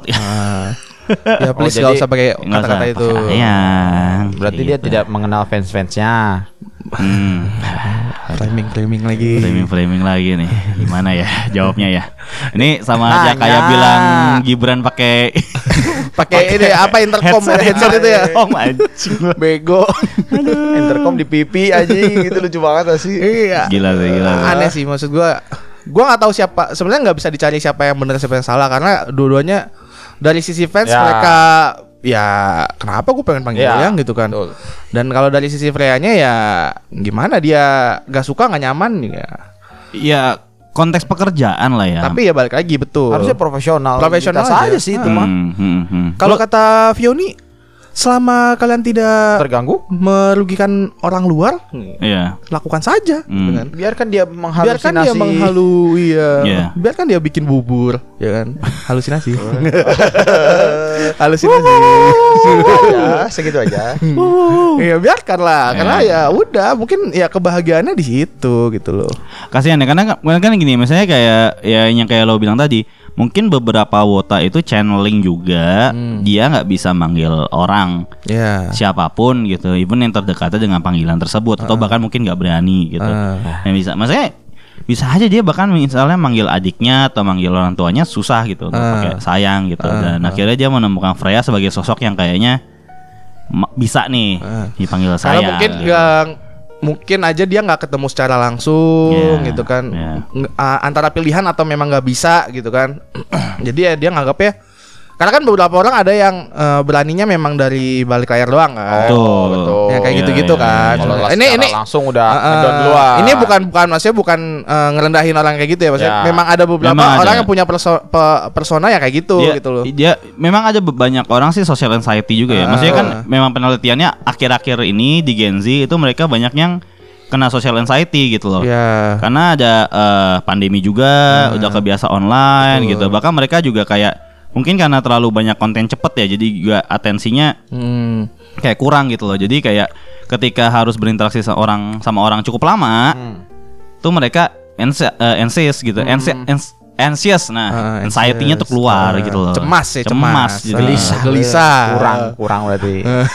S2: Ya please
S3: Oh,
S2: gak
S3: jadi
S2: usah pakai
S1: nggak
S2: kata-kata
S1: usah
S2: itu.
S1: pakai ayang.
S3: Berarti
S1: Gitu.
S3: dia tidak mengenal fans-fansnya.
S1: Hmm.
S2: Framing framing lagi.
S1: Framing-framing lagi nih. Gimana ya jawabnya ya? Ini sama aja
S3: Nanya.
S1: kayak bilang Gibran pakai
S2: Pakai ini apa intercom ya, headset itu ya.
S1: Oh anjing.
S2: Bego.
S3: Intercom di pipi aja gitu lucu banget sih.
S2: Iya.
S1: Gila sih, gila. sih.
S2: Aneh sih maksud gua. Gua nggak tahu siapa. Sebenarnya nggak bisa dicari siapa yang benar siapa yang salah karena dua-duanya dari sisi fans
S3: Ya.
S2: mereka ya kenapa gue pengen panggil
S3: Ya,
S2: yang gitu kan.
S3: betul.
S2: Dan kalau dari sisi Freya-nya ya gimana dia gak suka nggak nyaman ya.
S1: Ya konteks pekerjaan lah ya.
S2: Tapi ya balik lagi betul.
S3: Harusnya profesional.
S2: Profesional
S3: Biasa
S2: aja.
S3: aja sih itu mah.
S1: Hmm, hmm, hmm.
S2: Kalau kata Fioni, selama kalian tidak
S3: Terganggu?
S2: merugikan orang luar,
S1: Iya.
S2: lakukan saja.
S1: Hmm.
S2: gitu kan.
S3: Biarkan dia menghalusinasi.
S2: Biarkan dia menghalui ya.
S1: Iya.
S2: Biarkan dia bikin bubur, ya kan. Halusinasi. Halusinasi.
S3: Segitu aja, segitu aja.
S2: Iya, biarkan lah. Karena
S1: Iya.
S2: ya udah, mungkin ya kebahagiaannya di situ gitu loh.
S1: Kasihan ya karena kan kan gini, misalnya kayak ya yang kayak lo bilang tadi, mungkin beberapa wota itu channeling juga, dia nggak bisa manggil orang
S2: Ya.
S1: siapapun gitu, even yang terdekatnya dengan panggilan tersebut atau bahkan mungkin nggak berani gitu.
S2: Ah.
S1: Yang bisa, maksudnya bisa aja dia bahkan misalnya manggil adiknya atau manggil orang tuanya susah gitu untuk
S2: Ah.
S1: pakai sayang gitu,
S2: Ah,
S1: dan akhirnya dia menemukan Freya sebagai sosok yang kayaknya ma- bisa nih
S2: Ah.
S1: dipanggil
S2: Karena
S1: sayang.
S2: mungkin nggak mungkin aja dia nggak ketemu secara langsung
S1: Iya,
S2: gitu kan.
S1: iya.
S2: Nge- a- antara pilihan atau memang nggak bisa gitu kan. Jadi ya dia nganggap ya. Karena kan beberapa orang ada yang eh, beraninya memang dari balik layar doang kan.
S1: Betul.
S3: betul.
S2: Ya kayak
S1: Iya,
S2: gitu-gitu
S1: iya,
S2: kan.
S1: iya.
S3: Kalau
S2: Ini
S3: secara
S2: ini
S3: langsung udah
S2: Uh,
S3: ngedon duluan.
S2: Ini bukan bukan maksudnya bukan uh, ngerendahin orang kayak gitu ya, maksudnya
S3: Ya.
S2: memang ada beberapa
S1: Memang
S2: orang
S1: ada.
S2: yang punya perso- pe- persona yang kayak gitu
S1: dia,
S2: gitu loh.
S1: dia memang ada be- banyak orang sih social anxiety juga ya.
S2: Ah.
S1: Maksudnya kan memang penelitiannya akhir-akhir ini di Gen Z itu mereka banyak yang kena social anxiety gitu loh.
S2: Ya.
S1: Karena ada eh, pandemi juga, udah kebiasa online
S2: Betul.
S1: gitu. Bahkan mereka juga kayak mungkin karena terlalu banyak konten cepet ya, jadi juga atensinya
S2: Hmm.
S1: kayak kurang gitu loh. Jadi kayak ketika harus berinteraksi sama orang sama orang cukup lama, tuh mereka ansi- eh, anxious gitu, Ansi- ans- anxious. Nah,
S2: Ah,
S1: anxiety-nya tuh
S2: anxious.
S1: keluar
S2: Ah,
S1: gitu loh.
S2: cemas ya, cemas.
S1: jadi
S2: Gelisah. Gelisah.
S3: Kurang, kurang berarti.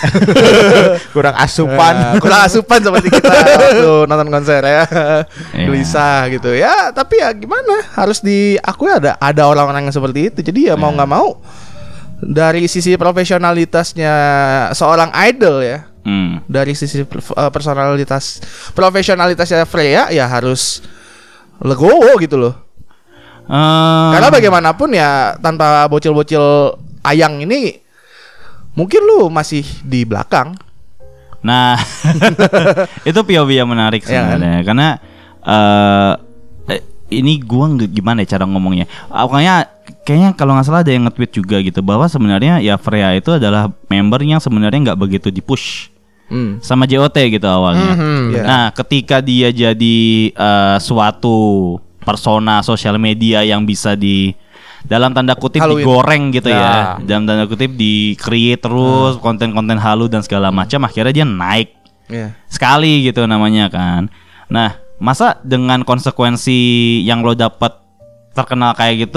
S3: kurang asupan.
S2: Nah, kurang asupan seperti kita waktu nonton konser ya.
S1: Iya.
S2: Gelisah gitu. Ya, tapi ya gimana? Harus diakui ada ada orang-orang yang seperti itu. Jadi ya mau nggak mau dari sisi profesionalitasnya seorang idol ya.
S1: Hmm.
S2: Dari sisi uh, personalitas profesionalitasnya Freya ya harus legowo gitu loh.
S1: Eh,
S2: Karena bagaimanapun ya tanpa bocil-bocil ayang ini mungkin lu masih di belakang.
S1: Nah, itu P O V yang menarik
S2: Iya kan?
S1: sebenarnya, karena eh eh, ini gua nggak gimana ya cara ngomongnya. Ah, Pokoknya kayaknya kalau nggak salah ada yang nge-tweet juga gitu bahwa sebenarnya ya Freya itu adalah member yang sebenarnya nggak begitu di-push
S2: Hmm.
S1: sama J O T gitu awalnya.
S2: Iya.
S1: Nah, ketika dia jadi eh, suatu persona sosial media yang bisa di dalam tanda kutip
S2: Haluin.
S1: digoreng gitu ya,
S3: Ya.
S1: dalam tanda kutip di create terus konten-konten halu dan segala macam, akhirnya dia naik
S2: Iya.
S1: sekali gitu namanya kan. Nah, masa dengan konsekuensi yang lo dapat terkenal kayak gitu,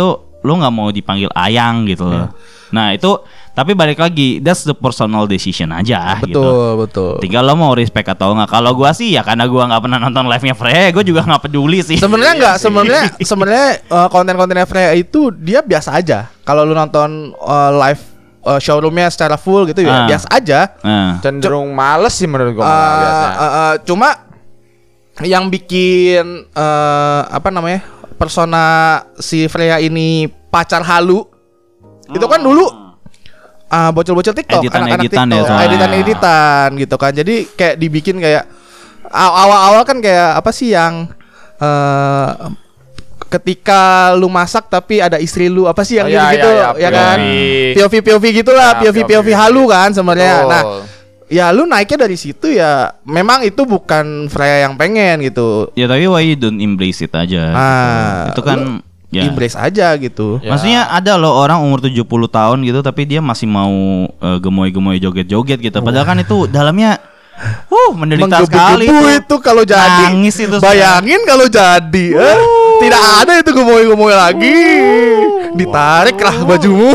S1: lu nggak mau dipanggil ayang gitu loh. Nah itu tapi balik lagi, that's the personal decision aja
S2: Betul,
S1: gitu.
S2: betul.
S1: Tinggal lo mau respect atau nggak. Kalau gua sih ya karena gua nggak pernah nonton live-nya Freya, gua juga nggak peduli sih.
S2: Sebenarnya enggak, sebenarnya sebenarnya uh, konten-kontennya Freya itu dia biasa aja. Kalau lu nonton uh, live uh, showroomnya secara full gitu ya
S1: Ah.
S2: biasa aja.
S1: Nah,
S3: Cenderung males sih menurut gua
S2: Uh,
S3: malah liatnya.
S2: uh, uh, cuma yang bikin uh, apa namanya persona si Freya ini pacar halu itu kan dulu uh, bocil-bocil TikTok, anak-anak
S1: Editan-editan ya
S2: TikTok,
S1: soalnya.
S2: editan-editan gitu kan. Jadi kayak dibikin kayak aw- awal-awal kan kayak apa sih yang uh, ketika lu masak tapi ada istri lu apa sih yang
S3: Oh, iya,
S2: gitu-gitu
S3: iya, iya,
S2: ya kan
S3: P O V.
S2: P O V P O V gitulah,
S3: Ya,
S2: P O V P O V halu kan sebenarnya.
S3: Betul.
S2: Nah, ya lu naiknya dari situ ya memang itu bukan Freya yang pengen gitu.
S1: ya tapi why you don't embrace it aja.
S2: Ah,
S1: gitu. Itu kan
S2: lu
S1: ya.
S2: embrace aja gitu.
S3: Ya.
S1: Maksudnya ada loh orang umur tujuh puluh tahun gitu tapi dia masih mau uh, gemoy-gemoy joget-joget gitu. Padahal kan itu dalamnya uh menderita sekali
S2: Menggebu-gebu
S1: tuh.
S2: itu kalau jadi.
S1: Nangis itu.
S2: Bayangin kalau jadi. Eh, tidak ada itu gemoy-gemoy lagi. Ditarik lah bajumu.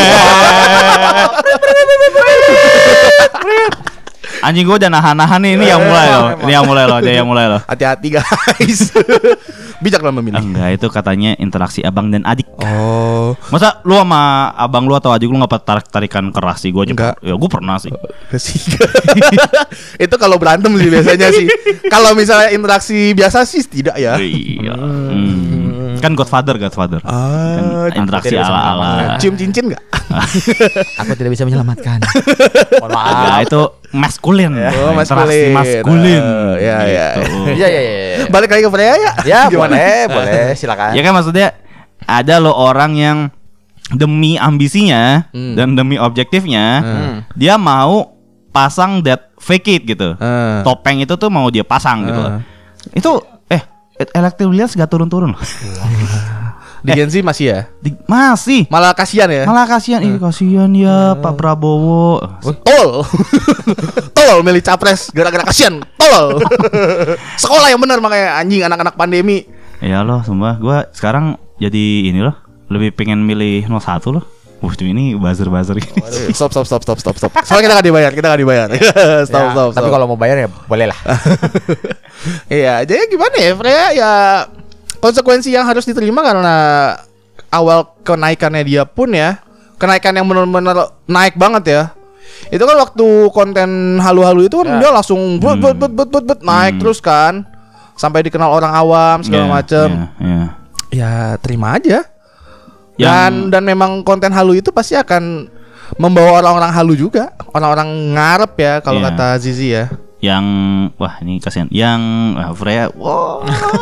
S1: Anjing gue udah nahan-nahan nih, ini yang mulai loh. Ini yang mulai loh, dia yang mulai loh.
S2: Hati-hati guys. Bijak dalam memilih.
S1: Enggak, itu katanya interaksi abang dan adik.
S2: Oh.
S1: Masa lu sama abang lu atau adik lu nggak tarik-tarikan keras sih? Gue aja
S2: Enggak.
S1: ya gue pernah sih.
S2: Itu kalau berantem sih biasanya sih. Kalau misalnya interaksi biasa sih tidak ya.
S1: Iya. Hmm. Kan Godfather, Godfather.
S2: Ah,
S1: Kan interaksi
S3: tidak bisa
S1: ala-ala.
S2: cium cincin nggak?
S3: Aku tidak bisa menyelamatkan. Mohon maaf.
S1: Enggak, itu maskulin.
S2: Oh,
S1: Interaksi
S2: maskulin.
S1: maskulin.
S2: Oh, iya, iya.
S1: Gitu.
S3: Iya iya iya.
S2: Balik lagi ke Freya ya?
S3: Ya boleh boleh silakan.
S1: Ya kan maksudnya ada lo orang yang demi ambisinya
S2: Hmm.
S1: dan demi objektifnya
S3: Hmm.
S1: dia mau pasang that fake it gitu.
S2: Ah.
S1: Topeng itu tuh mau dia pasang gitu loh.
S2: Ah.
S1: Itu eh elektabilitas gak turun-turun loh.
S2: Di Gen Z masih ya?
S1: Di- masih
S2: Malah kasihan ya?
S1: malah kasihan ih kasihan ya Pak Prabowo.
S2: Tol. Tol milih capres gara-gara kasihan. Tol. Sekolah yang benar makanya anjing anak-anak pandemi.
S1: Ya loh, sumpah gua sekarang jadi ini loh, lebih pengen milih nol satu loh. Wah, tuh ini buzzer-buzzer gini.
S2: Stop stop stop stop stop stop. Soalnya kita gak dibayar, kita gak dibayar. Stop
S3: Ya,
S2: stop stop.
S3: Tapi kalau mau bayar ya boleh lah.
S2: Iya, jadi gimana ya Freya ya konsekuensi yang harus diterima karena awal kenaikannya dia pun ya kenaikan yang benar-benar naik banget ya. Itu kan waktu konten halu-halu itu kan
S3: Ya.
S2: dia langsung but but but but but, but naik terus kan sampai dikenal orang awam segala
S1: Ya,
S2: macem.
S1: ya, ya.
S2: Ya terima aja.
S1: Yang-
S2: Dan dan memang konten halu itu pasti akan membawa orang-orang halu juga, orang-orang ngarep ya kalau
S1: Iya.
S2: kata Zizi ya.
S1: Yang wah ini kasihan. Yang wah, Freya, wow.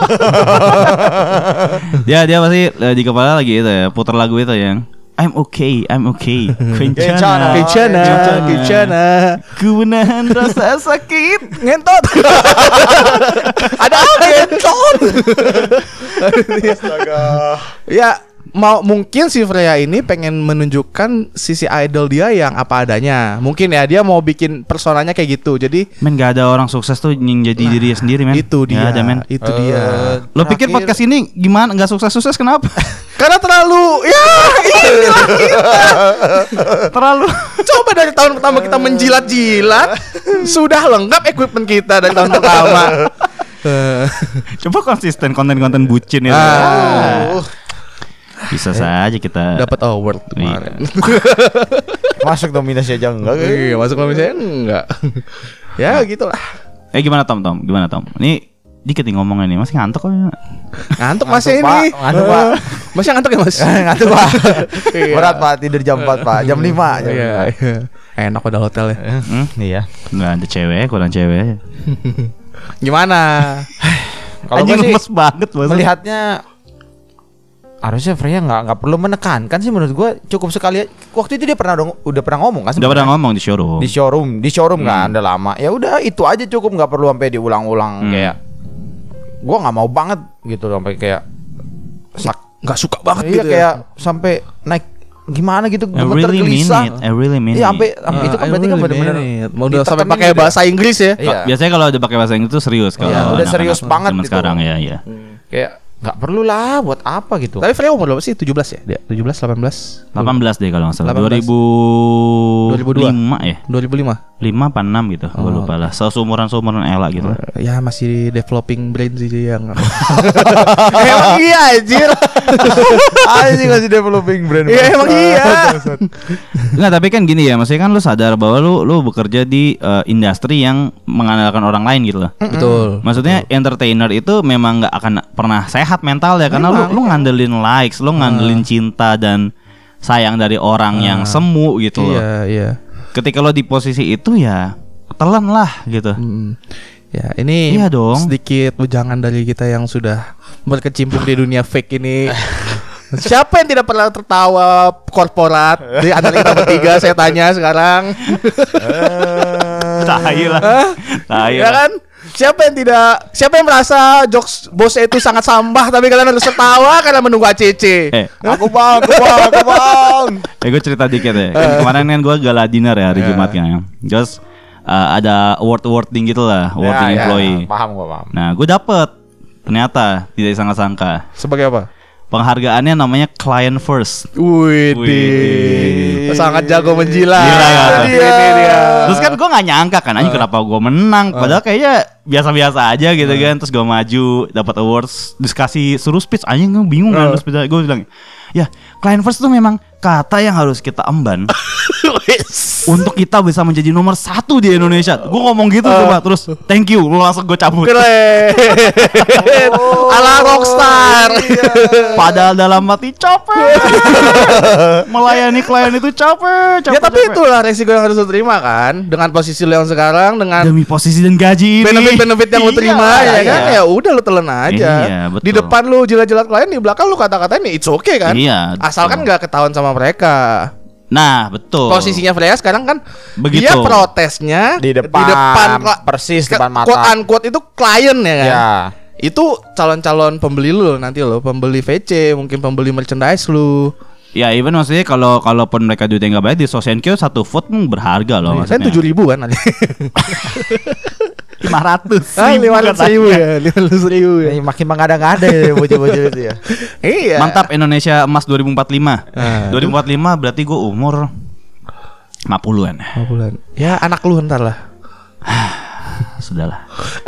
S1: dia dia pasti eh, di kepala lagi itu ya, putar lagu itu yang I'm okay, I'm okay.
S3: Kencana.
S2: Kencana, kencana.
S1: Ku menahan rasa sakit.
S2: Ngentot. Ada apa ngentot? Ya mau mungkin si Freya ini pengen menunjukkan sisi idol dia yang apa adanya. Mungkin ya dia mau bikin personanya kayak gitu. Jadi
S1: Men gak ada orang sukses tuh yang jadi diri sendiri men.
S2: itu dia,
S1: Gak ada men.
S2: itu dia.
S1: Lo pikir
S3: Terakhir-
S1: podcast ini gimana? Gak sukses-sukses kenapa?
S2: Karena terlalu ya inilah kita.
S1: Terlalu.
S2: Coba dari tahun pertama kita menjilat-jilat, sudah lengkap equipment kita dari tahun pertama.
S1: Coba konsisten konten-konten bucin itu.
S2: Ah.
S1: Bisa saja kita
S2: Dapat award kemarin.
S3: Masuk nominasi aja enggak.
S2: Iya, masuk Indonesia enggak. Ya gitulah.
S1: Eh gimana Tom Tom? Gimana Tom? Ini dikit nih ngomongnya nih. Masih ngantuk kok ya?
S2: Ngantuk masih
S3: Ngantuk,
S2: ini.
S3: Pak. Ngantuk, Pak.
S2: Eh, Masih ngantuk ya, Mas?
S3: Ngantuk Pak.
S2: Iya.
S3: Berat Pak tidur jam empat Pak. Jam lima. Jam
S2: Iya,
S3: lima.
S2: iya. Enak pada hotel ya.
S1: Hmm?
S3: Iya.
S1: Nggak ada cewek, kurang cewek.
S2: Gimana?
S3: Kalau
S1: Anjing
S3: gue sih
S1: lemes banget bos.
S3: melihatnya harusnya Freya nggak nggak perlu menekankan sih menurut gue, cukup sekali. Waktu itu dia pernah dong, udah pernah ngomong kan
S1: Udah
S3: sebenarnya.
S1: pernah ngomong di showroom.
S3: di showroom di showroom
S1: Hmm.
S3: kan udah lama. Ya udah itu aja cukup, nggak perlu sampai diulang-ulang
S1: Hmm.
S3: kayak gue nggak mau banget gitu sampai kayak sak
S2: Enggak suka banget
S3: iya
S2: gitu
S3: kayak
S2: ya.
S3: sampai naik gimana gitu
S1: I
S3: gemeter
S1: really mean
S3: gelisah.
S1: it. I really mean
S3: Iya
S1: it.
S3: sampai sampai itu kan
S2: Ah,
S3: berarti
S2: I
S3: kan
S2: really
S3: benar-benar
S2: mean it. Mau udah sampai
S3: ditekenin
S2: pakai
S3: gitu ya.
S2: bahasa Inggris ya.
S3: Iya.
S1: Biasanya kalau udah pakai bahasa Inggris itu serius kalau
S3: Iya, udah
S1: anak-anak
S3: serius banget
S1: zaman
S3: gitu.
S1: sekarang ya, ya.
S3: Kayak nggak perlu lah, buat apa gitu.
S2: Tapi Freya umur berapa sih? tujuh belas ya? Dia tujuh belas, delapan belas
S1: delapan belas deh kalau nggak salah.
S2: delapan belas.
S1: dua ribu lima ya?
S2: dua ribu lima
S1: lima apa enam gitu. Gue
S2: Oh.
S1: lupa lah. Seumuran-seumuran Ella gitu lah.
S2: Uh, ya masih developing brain sih dia yang emang iya anjir.
S3: Anjing masih developing brand.
S2: Iya emang iya.
S1: Nggak, tapi kan gini ya, maksudnya kan lu sadar bahwa lu lu bekerja di uh, industri yang mengandalkan orang lain gitu loh.
S2: Betul.
S1: Maksudnya entertainer itu memang nggak akan pernah sehat mental ya, karena
S2: Memang,
S1: lu lu ngandelin likes, lu ngandelin cinta dan sayang dari orang yang semu gitu loh.
S2: Iya iya.
S1: Ketika lo di posisi itu ya telan lah gitu.
S2: Hmm. Ya ini
S1: Iya dong.
S2: sedikit bujangan dari kita yang sudah berkecimpung di dunia fake ini. Siapa yang tidak pernah tertawa korporat di antara kita bertiga? Saya tanya sekarang.
S1: Tai lah. Tai
S2: Ya
S1: lah.
S2: kan? Siapa yang tidak? Siapa yang merasa jokes bosnya itu sangat sampah tapi kalian harus tertawa karena menunggu A C C?
S1: Eh,
S3: Aku bang, aku bang, aku bang.
S1: eh gue cerita dikit ya. Kan kemarin kan gue gala dinner ya hari Jumat kan. Terus uh, ada award-awarding gitu lah, awarding
S3: Ya, ya,
S1: employee.
S3: paham gua paham.
S1: Nah, gue dapet. Ternyata tidak disangka-sangka.
S2: Sebagai apa?
S1: Penghargaannya namanya Client First.
S2: Wih,
S1: Widih.
S2: sangat jago menjilat.
S1: Gila ya.
S2: Ini dia.
S1: Terus kan gue gak nyangka kan, anjing kenapa gue menang. Padahal kayaknya biasa-biasa aja gitu kan. Terus gue maju, dapat awards, diskusi suruh speech. Anjing gue bingung kan, terus speech. Gue bilang, ya Client First tuh memang kata yang harus kita emban untuk kita bisa menjadi nomor satu di Indonesia. Gue ngomong gitu coba, terus thank you, lu langsung gue cabut.
S2: Keren. Ala rockstar.
S1: Padahal dalam hati capek. Melayani klien itu capek, capek.
S2: Ya tapi
S1: capek.
S2: itulah resiko yang harus lu terima kan. Dengan posisi lu yang sekarang, dengan
S1: Demi posisi dan gaji ini.
S2: benefit-benefit yang lu terima
S1: Iya,
S2: ya kan.
S1: iya.
S2: Ya udah lu telan aja.
S1: Iya, betul.
S2: Di depan lu jilat-jilat klien, di belakang lu kata-katain ya it's okay kan.
S1: Iya,
S2: Asalkan
S1: betul.
S2: nggak ketahuan sama mereka.
S1: Nah, betul.
S2: Posisinya Freya sekarang kan
S1: Begitu.
S2: dia protesnya
S3: Di depan, persis depan mata.
S2: Quote unquote itu klien ya kan.
S3: Ya.
S2: Itu calon-calon pembeli lu nanti lo, pembeli V C, mungkin pembeli merchandise lu.
S1: Ya, even maksudnya kalau kalaupun mereka duitnya nggak bayar di Sosenkyo satu food pun berharga loh
S2: Kan
S1: maksudnya.
S2: tujuh ribu kan nanti.
S1: lima ratus
S2: Ah, lima ratus ribu ya, lima ratus ribu ya.
S3: Ini makin mengada-ngada ya bocah-bocah itu ya.
S2: Iya.
S1: Mantap, Indonesia Emas dua ribu empat puluh lima.
S2: Ah.
S1: dua ribu empat puluh lima berarti gue umur lima puluhan.
S2: lima bulan. Ya anak lu ntar lah.
S1: Sudahlah.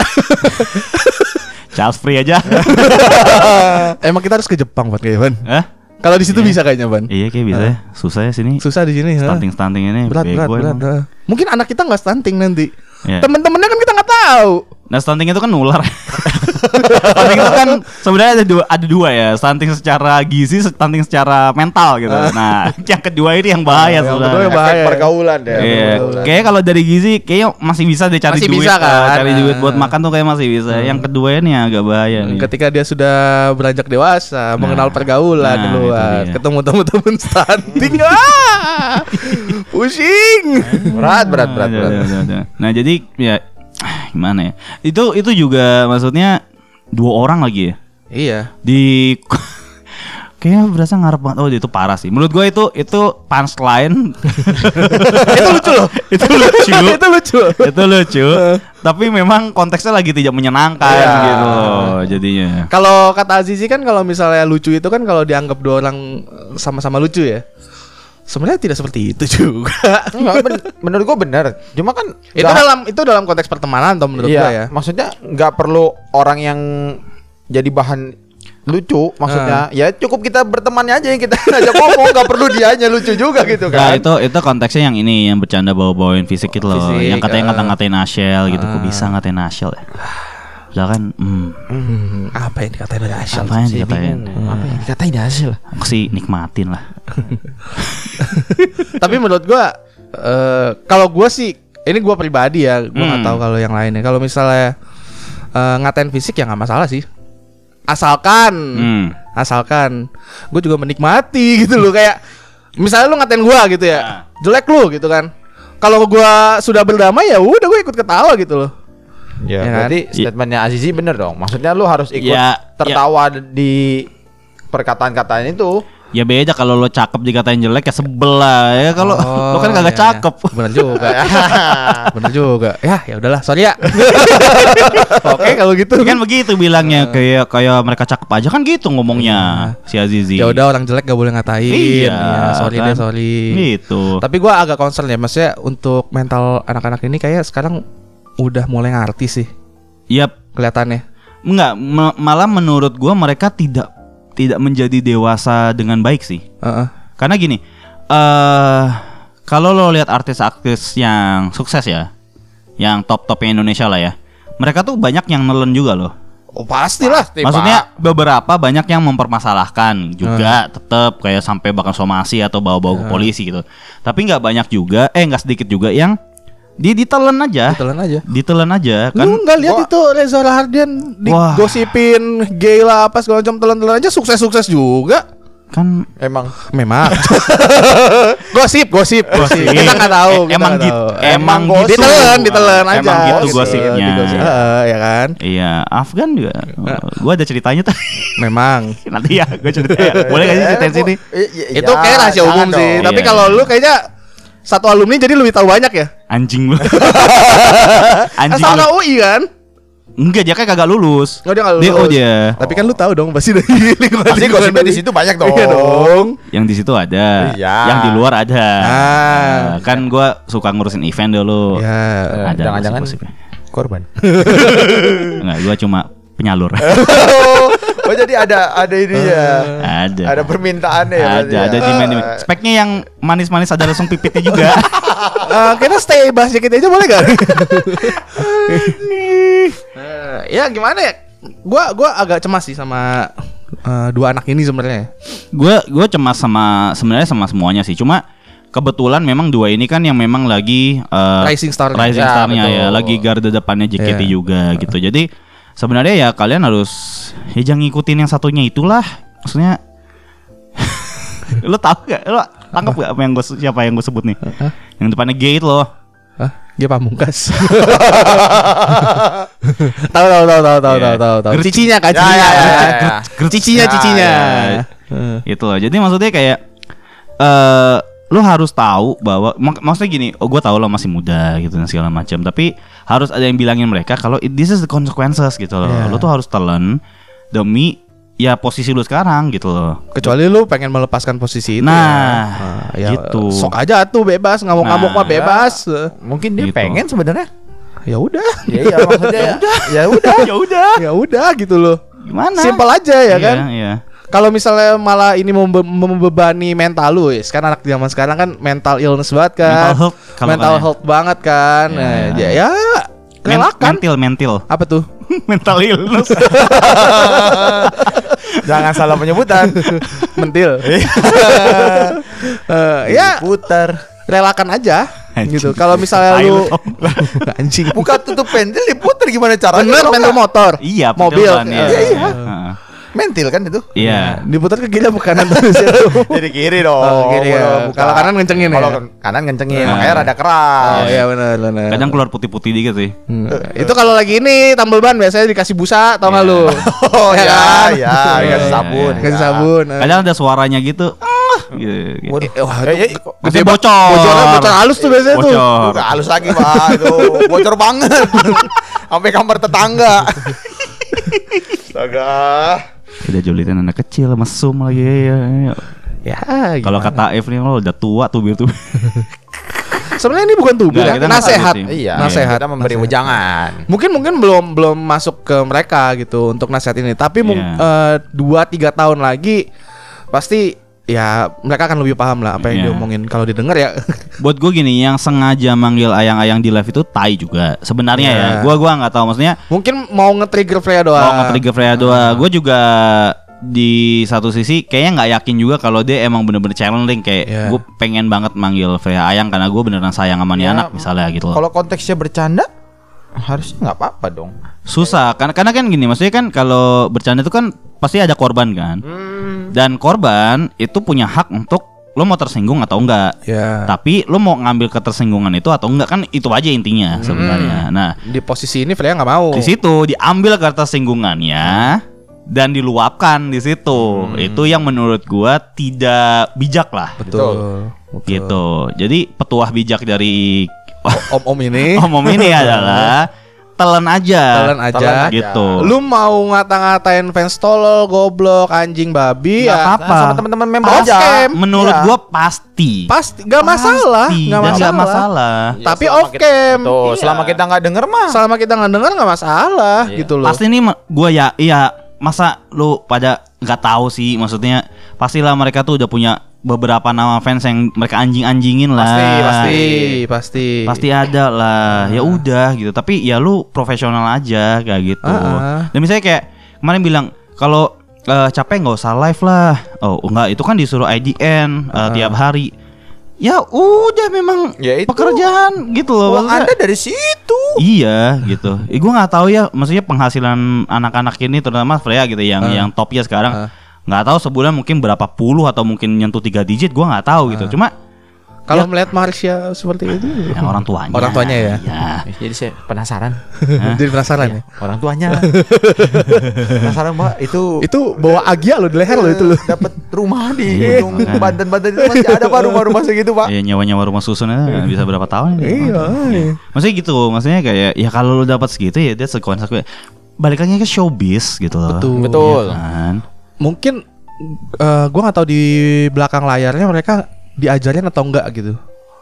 S1: Charles free aja.
S2: Emang kita harus ke Jepang buat kayak Ban.
S1: Hah?
S2: Kalau di situ bisa kayaknya Ban.
S1: Iya kayak bisa ya. Susah ya sini.
S2: Susah di sini. ha?
S1: Stunting-stunting ini
S2: Berat berat
S1: bego
S2: berat.
S1: emang.
S2: ha. Mungkin anak kita nggak stunting nanti.
S1: Iya.
S2: Temen-temennya kan kita nggak tahu.
S1: Nah, stunting itu kan nular. Stunting itu kan sebenarnya ada dua, ada dua ya, stunting secara gizi, stunting secara mental gitu. Nah, yang kedua ini yang bahaya
S2: Yang
S1: sebenarnya.
S2: kedua yang bahaya.
S3: Efek pergaulan ya.
S1: Iya,
S2: betul.
S1: kayaknya kalau dari gizi kayaknya masih bisa deh cari
S2: Masih
S1: duit,
S2: bisa kan?
S1: eh, cari duit
S2: Nah.
S1: buat makan tuh kayak masih bisa. Yang kedua ini yang agak bahaya nih.
S2: Ketika dia sudah beranjak dewasa, mengenal pergaulan
S1: nah,
S2: keluar,
S1: itu dia.
S2: ketemu teman-teman stunting, ah, pusing.
S3: Berat, berat, berat,
S1: Nah,
S3: berat.
S1: ada, ada, ada. Nah, jadi ya gimana ya? Itu itu juga maksudnya dua orang lagi ya.
S2: Iya.
S1: Di kayaknya berasa ngarep banget. Oh, itu parah sih. Menurut gue itu itu punchline.
S2: Itu lucu loh.
S1: itu lucu.
S2: Itu lucu.
S1: itu lucu. Tapi memang konteksnya lagi tidak menyenangkan
S2: Iya.
S1: gitu loh jadinya.
S2: Kalau kata Azizi kan kalau misalnya lucu itu kan kalau dianggap dua orang eh, sama-sama lucu ya. Sebenarnya tidak seperti itu juga.
S3: Enggak, ben- menurut gua benar. Cuma kan
S2: itu
S3: nggak-
S2: dalam itu dalam konteks pertemanan atau menurut
S3: iya,
S2: gua ya.
S3: maksudnya nggak perlu orang yang jadi bahan lucu. Maksudnya ya cukup kita bertemannya aja yang kita ajak ngomong, nggak perlu dianya lucu juga gitu
S1: Nah,
S3: kan.
S1: itu itu konteksnya yang ini yang bercanda bawa-bawain fisik gitu loh.
S2: Fisik,
S1: yang katanya
S2: ah.
S1: ngata-ngatain Ashel gitu. Kok bisa ngatain Ashel ya? Lah kan hmm,
S2: Hmm, apa yang dikatain dari Asyal?
S1: apa yang dikatain?
S3: Apa yang dikatain hasil?
S1: Aku sih nikmatin lah.
S2: Tapi menurut gua eh kalau gua sih ini gua pribadi ya, gua nggak
S1: Hmm.
S2: tahu kalau yang lainnya. Kalau misalnya eh, ngatain fisik ya nggak masalah sih. Asalkan
S1: Hmm.
S2: asalkan gue juga menikmati gitu loh, kayak misalnya lu ngatain gua gitu ya.
S1: Nah.
S2: Jelek lu gitu kan. Kalau gua sudah berdamai ya udah gue ikut ketawa gitu loh.
S3: Ya,
S2: Ya kan?
S3: berarti statementnya Azizi bener dong. Maksudnya lu harus ikut
S1: Ya,
S3: tertawa di perkataan-kataan itu.
S1: Ya beda kalau lo cakep dikatain jelek ya sebel lah ya kalau
S2: Oh,
S1: lo kan kagak
S2: iya,
S1: cakep.
S2: iya. Bener juga. Bener juga. Ya, ya udahlah, sorry ya. Oke, kalau gitu.
S1: Kan begitu bilangnya kayak kayak mereka cakep aja kan gitu ngomongnya si Azizi.
S2: Ya udah orang jelek gak boleh ngatain.
S1: Iya,
S2: Ya, sorry
S1: kan?
S2: deh, sorry.
S1: Gitu.
S2: Tapi gua agak concern ya, maksudnya untuk mental anak-anak ini kayak sekarang udah mulai ngerti sih
S1: Yap,
S2: kelihatannya.
S1: enggak ma- malah menurut gua mereka tidak tidak menjadi dewasa dengan baik sih.
S2: Heeh.
S1: Karena gini, eh kalau lo lihat artis-artis yang sukses ya, yang top-topnya Indonesia lah ya, mereka tuh banyak yang nelen juga loh.
S2: Oh, pastilah.
S1: Maksudnya beberapa banyak yang mempermasalahkan juga, tetap kayak sampai bahkan somasi atau bawa-bawa ke polisi gitu. Tapi nggak banyak juga, eh nggak sedikit juga yang di ditelen aja,
S2: Ditelan aja.
S1: ditelen aja kan.
S2: Lu nggak lihat
S3: Gua-
S2: itu Reza Rahardian
S1: Wah.
S2: digosipin gay lah apa segala macam, telan-telan aja sukses-sukses juga.
S1: Kan
S3: Emang
S2: Memang. gosip, gosip, gosip. Kita nggak tahu.
S1: Eh,
S2: kita
S1: emang
S2: nggak
S1: git-
S2: tahu.
S1: emang
S2: Emang
S1: gitu.
S2: ditelan, ditelan aja.
S1: Emang gitu
S2: Gitu,
S1: gosipnya.
S2: digosip. Heeh, ya kan.
S1: iya, Afgan juga. Gua ada ceritanya tuh.
S2: Memang.
S1: Nanti ya, gue ceritain. Boleh gak sih ceritain sini?
S2: Itu kayak rahasia umum sih. Tapi
S1: Iya,
S2: kalau
S1: iya.
S2: lu kayaknya satu alumni jadi lebih tahu banyak ya.
S1: Anjing lu. Anjing
S2: Asal
S1: lu.
S2: U I kan?
S1: Enggak, dia kan kagak lulus.
S2: Oh, dia nggak
S1: D O
S2: lulus.
S1: dia.
S2: Tapi kan lu tahu dong pasti dari lingkungan.
S3: Pasti
S2: lingkungan
S3: gosipnya
S2: dari-
S3: di situ banyak dong.
S2: Iya dong.
S1: Yang di situ ada,
S3: Iya.
S1: yang di luar ada.
S2: Ah.
S1: Nah, kan gua suka ngurusin event dulu.
S2: Ya.
S1: Ada
S3: Jangan-jangan
S1: gosip-gosipnya.
S3: korban.
S1: Enggak, gua cuma penyalur.
S3: Oh jadi ada ada ini ya.
S1: Ada.
S3: Ada permintaannya ya. berarti
S1: Ada,
S3: ya.
S1: ada demand. Speknya yang manis-manis ada langsung pipitnya juga.
S2: Eh, kita stay bahas dikit aja boleh gak? Eh, ya gimana ya? Gua gua agak cemas sih sama eh, dua anak ini sebenarnya.
S1: Gue gue cemas sama sebenarnya sama semuanya sih. Cuma kebetulan memang dua ini kan yang memang lagi eh,
S2: Rising star.
S1: rising
S3: Ya,
S1: star-nya
S3: betul.
S1: ya, lagi garda depannya J K T
S2: Iya.
S1: juga gitu. Jadi sebenarnya ya kalian harus ya jangan ngikutin yang satunya itulah. Maksudnya lo tau gak? Lo tangkap gak apa yang gue siapa yang gue sebut nih? Yang depannya gate loh.
S2: Hah? Dia pamungkas. Tahu tahu tahu tahu tahu
S1: Iya.
S2: tahu tahu tahu.
S1: Gerci-
S2: Cicinya kan
S3: Ya,
S2: cicinya.
S3: ya, ya, ya, ya.
S2: Cicinya
S3: Ya,
S2: cicinya.
S1: ya. Itu loh. Jadi maksudnya kayak eh lu harus tahu bahwa mak- maksudnya gini, oh gue tahu lo masih muda gitu dan segala macam, tapi harus ada yang bilangin mereka kalau it- this is the consequences gitu loh.
S2: Yeah.
S1: Lo tuh harus telan demi ya posisi lu sekarang gitu loh.
S2: Kecuali lu pengen melepaskan posisi itu.
S1: Nah,
S2: ya. Nah,
S1: gitu.
S2: Sok aja tuh bebas, ngamuk-ngamuk
S1: Nah,
S2: mah bebas.
S3: Mungkin dia
S1: Gitu.
S3: pengen sebenarnya.
S2: Ya udah.
S3: Ya iya maksudnya. Ya udah. Ya udah.
S1: Ya udah.
S2: Ya udah gitu loh.
S1: Gimana?
S2: Simpel aja ya
S1: Iya,
S2: kan.
S1: Iya.
S2: Kalau misalnya malah ini membe- membebani mental lu, ya. Sekarang anak zaman sekarang kan mental illness banget kan.
S1: Mental health kalau
S2: Mental
S1: katanya.
S2: health banget kan.
S1: Ya.
S2: Nah, ya, ya
S1: Men-
S2: relakan.
S1: mental mental.
S2: Apa tuh?
S1: Mental illness.
S3: Jangan salah penyebutan.
S2: Mentil. Eh, ya
S3: Putar.
S2: relakan aja
S1: Anjing.
S2: gitu. Kalau misalnya
S1: Tai
S2: lu
S1: lu, Tom.
S2: anjing.
S3: Buka tutup pentil diputar gimana caranya?
S2: Bener
S3: kalau
S2: mental
S3: nggak?
S2: motor.
S1: Iya,
S2: mobil.
S1: betul kan,
S2: Iya,
S1: iya.
S2: iya.
S1: Heeh.
S3: Mentil kan itu.
S1: Iya.
S2: Diputar ke kiri apa kanan tuh situ.
S3: Jadi kiri dong.
S2: Oh, kiri ya.
S3: Kalau buka-
S2: Kalau kanan kencengin ya?
S3: Kalau kanan kencengin,
S1: Nah.
S3: makanya rada keras.
S2: Oh iya benar benar.
S1: Kadang keluar putih-putih dikit sih.
S2: Hmm. Itu kalau lagi ini tambal ban biasanya dikasih busa, tau nggak
S1: Iya.
S2: lu?
S3: Oh
S2: Ya
S3: ya,
S2: kan?
S3: ya,
S2: Iya,
S3: dikasih
S2: iya,
S3: sabun.
S2: iya. Kasih
S3: ya.
S2: sabun. eh.
S1: Kadang ada suaranya gitu. Ah, gitu. gitu.
S3: Waduh.
S2: Eh, wah,
S3: Eh,
S2: itu
S3: eh, kok-
S1: Gede bocor.
S2: bocornya bocor halus tuh biasanya tuh.
S1: Bocor.
S3: Udah halus lagi pak, itu bocor banget, sampai kamar tetangga. Astaga.
S1: Udah julitin anak kecil, mesum lagi ya. ya.
S2: Ya,
S1: Kalau
S2: gimana?
S1: kata F nih lo udah tua tuh tuh.
S2: Sebenarnya ini bukan tubuh,
S1: Nggak,
S2: ya.
S1: kita nggak
S2: Nasehat.
S1: tahu sih.
S3: Iya,
S2: Nasehat.
S3: kita memberi
S2: Nasehat.
S3: wejangan.
S2: Mungkin mungkin belum belum masuk ke mereka gitu untuk nasihat ini. Tapi mung-
S1: Iya.
S2: eh, dua tiga tahun lagi pasti ya mereka akan lebih paham lah apa yang
S1: Iya.
S2: diomongin kalau didengar ya.
S1: Buat gue gini, yang sengaja manggil ayang-ayang di live itu tai juga. Sebenarnya
S2: Iya.
S1: ya, gua gua nggak tahu maksudnya.
S2: Mungkin mau nge-trigger Freya doang.
S1: Mau nge-trigger Freya doa, gue juga di satu sisi kayaknya nggak yakin juga kalau dia emang bener-bener challenging kayak
S2: Iya.
S1: gue pengen banget manggil Freya ayang karena gue beneran sayang sama nih
S3: Ya,
S1: anak misalnya gitu loh.
S3: Kalau konteksnya bercanda, harusnya nggak apa-apa dong.
S1: Susah karena karena kan gini, maksudnya kan kalau bercanda itu kan pasti ada korban kan.
S3: Hmm.
S1: Dan korban itu punya hak untuk lo mau tersinggung atau enggak.
S2: Ya.
S1: Tapi lo mau ngambil ketersinggungan itu atau enggak kan itu aja intinya sebenarnya. Nah,
S2: Di posisi ini Freya nggak mau.
S1: di situ diambil ketersinggungannya, dan diluapkan di situ. Hmm. Itu yang menurut gua tidak bijak lah.
S2: Betul. Betul.
S1: Gitu. Jadi petuah bijak dari
S2: Om-om ini.
S1: Om-om ini adalah telan aja.
S2: Telan aja.
S3: Telan aja.
S1: Gitu.
S2: Lu mau ngata-ngatain fans tolol, goblok, anjing, babi
S1: Nggak
S2: ya.
S1: apa-apa.
S3: Nah, sama teman-teman member
S2: Off
S3: aja.
S2: cam.
S1: Menurut
S3: Ya.
S1: gua pasti.
S2: Pasti gak masalah,
S1: Pasti.
S2: gak
S1: Dan
S2: masalah.
S1: nggak masalah.
S3: Ya,
S2: Tapi
S3: selama
S2: off
S3: kita-
S2: cam.
S3: Betul,
S2: Iya.
S3: selama kita nggak denger mah.
S2: Selama kita nggak dengar nggak masalah
S3: Iya.
S2: gitu loh.
S1: Pasti nih ma- gua ya iya masa lu pada nggak tahu sih, maksudnya pastilah mereka tuh udah punya beberapa nama fans yang mereka anjing-anjingin lah.
S2: Pasti, pasti, pasti.
S1: Pasti ada lah. Ya udah gitu. Tapi ya lu profesional aja kayak gitu.
S2: Ah.
S1: Dan misalnya kayak kemarin bilang kalau eh, capek nggak usah live lah. Oh enggak, itu kan disuruh I D N eh, tiap hari. Ya udah memang
S3: Ya itu.
S1: pekerjaan gitu loh.
S3: Uang
S1: Maksudnya-
S3: Anda dari situ.
S1: Iya gitu. Eh, gue nggak tahu ya, maksudnya penghasilan anak-anak ini terutama Freya gitu yang
S2: Uh.
S1: yang topnya sekarang
S2: Uh.
S1: nggak tahu sebulan mungkin berapa puluh atau mungkin nyentuh tiga digit, gue nggak tahu gitu. Cuma
S2: Kalau
S1: ya-
S2: melihat Marsha seperti itu,
S1: ya, orang tuanya.
S2: Orang tuanya ya?
S1: Iya.
S3: Jadi saya penasaran.
S2: jadi penasaran ya.
S3: Orang tuanya. Penasaran Mbak, itu
S2: Itu bawa Agia lo di leher lo itu lo.
S3: dapat rumah di
S1: Iya,
S3: ujung
S1: makanya.
S3: Banten-Banten itu masih ada Pak rumah-rumah segitu Pak.
S1: Ya nyawa-nyawa rumah susun itu nggak bisa berapa tahun ini.
S2: Iya.
S1: Maksudnya gitu, maksudnya kayak ya kalau lu dapat segitu ya dia sekonsekuensi. Balik lagi ke showbiz gitu loh.
S2: Betul.
S3: Betul.
S1: Iya kan?
S2: Mungkin eh gua nggak tahu di belakang layarnya mereka diajarin atau enggak gitu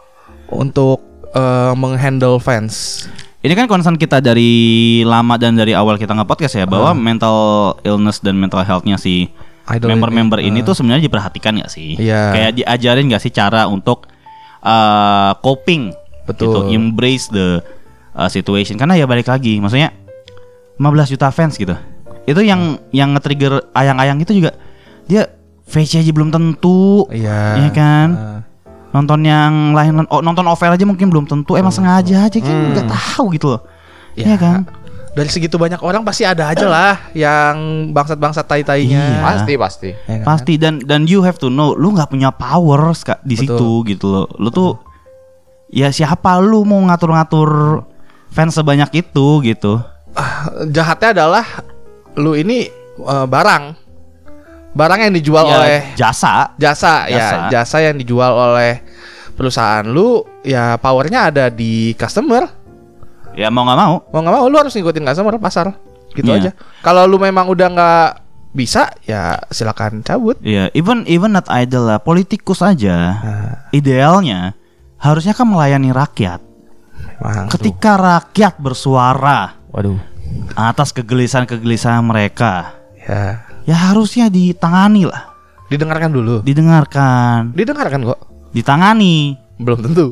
S2: untuk eh, menghandle fans.
S1: Ini kan concern kita dari lama dan dari awal kita nge-podcast ya, bahwa
S2: Ah.
S1: mental illness dan mental health-nya si
S2: Idol
S1: member-member
S2: ini.
S1: ini, tuh sebenarnya diperhatikan gak sih?
S2: Iya.
S1: Kayak diajarin gak sih cara untuk uh, coping,
S2: Betul.
S1: gitu, embrace the uh, situation. Karena ya balik lagi, maksudnya lima belas juta fans gitu. Itu yang yang nge-trigger ayang-ayang itu juga dia V C aja belum tentu,
S2: Iya.
S1: iya kan?
S2: Ah.
S1: Nonton yang lain, oh, nonton O V L aja mungkin belum tentu, emang sengaja aja kan
S2: Hmm.
S1: nggak tahu gitu loh,
S2: Ya.
S1: iya kan?
S2: Dari segitu banyak orang pasti ada aja lah yang bangsat-bangsat tai-tainya.
S1: Iya.
S3: Pasti pasti.
S2: Ya kan?
S1: Pasti, dan dan you have to know, lu nggak punya power ska- di
S2: Betul.
S1: situ gitu loh. Lu tuh ya siapa lu mau ngatur-ngatur fans sebanyak itu gitu.
S2: Jahatnya adalah lu ini eh, barang. Barang yang dijual
S1: Ya,
S2: oleh
S1: jasa.
S2: jasa, ya,
S1: Jasa.
S2: jasa yang dijual oleh perusahaan lu, ya powernya ada di customer.
S1: Ya mau nggak mau.
S2: Mau nggak mau lu harus ngikutin customer pasar, gitu
S1: Iya.
S2: aja. Kalau lu memang udah nggak bisa, ya silakan cabut.
S1: Ya even even not idol lah, politikus aja.
S2: Nah,
S1: Idealnya harusnya kan melayani rakyat.
S2: memang.
S1: Ketika rakyat bersuara
S3: Waduh.
S1: atas kegelisahan-kegelisahan mereka,
S2: Ya,
S1: ya harusnya ditangani lah,
S2: didengarkan dulu.
S1: didengarkan,
S2: Didengarkan kok.
S1: ditangani.
S2: Belum tentu.